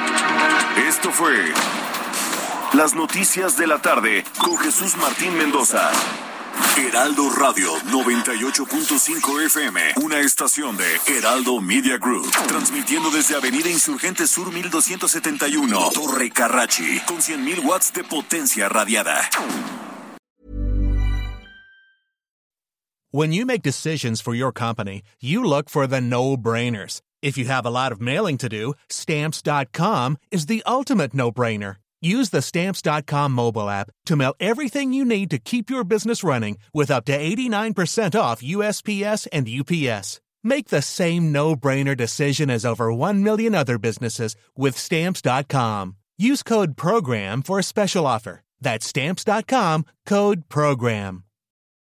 Esto fue Las Noticias de la Tarde con Jesús Martín Mendoza. Heraldo Radio noventa y ocho punto cinco F M, una estación de Heraldo Media Group, transmitiendo desde Avenida Insurgente Sur mil doscientos setenta y uno, Torre Carrachi, con cien mil watts de potencia radiada. When you make decisions for your company, you look for the no-brainers. If you have a lot of mailing to do, Stamps dot com is the ultimate no-brainer. Use the Stamps dot com mobile app to mail everything you need to keep your business running with up to eighty-nine percent off U S P S and U P S. Make the same no-brainer decision as over one million other businesses with Stamps dot com. Use code PROGRAM for a special offer. That's Stamps dot com, code PROGRAM.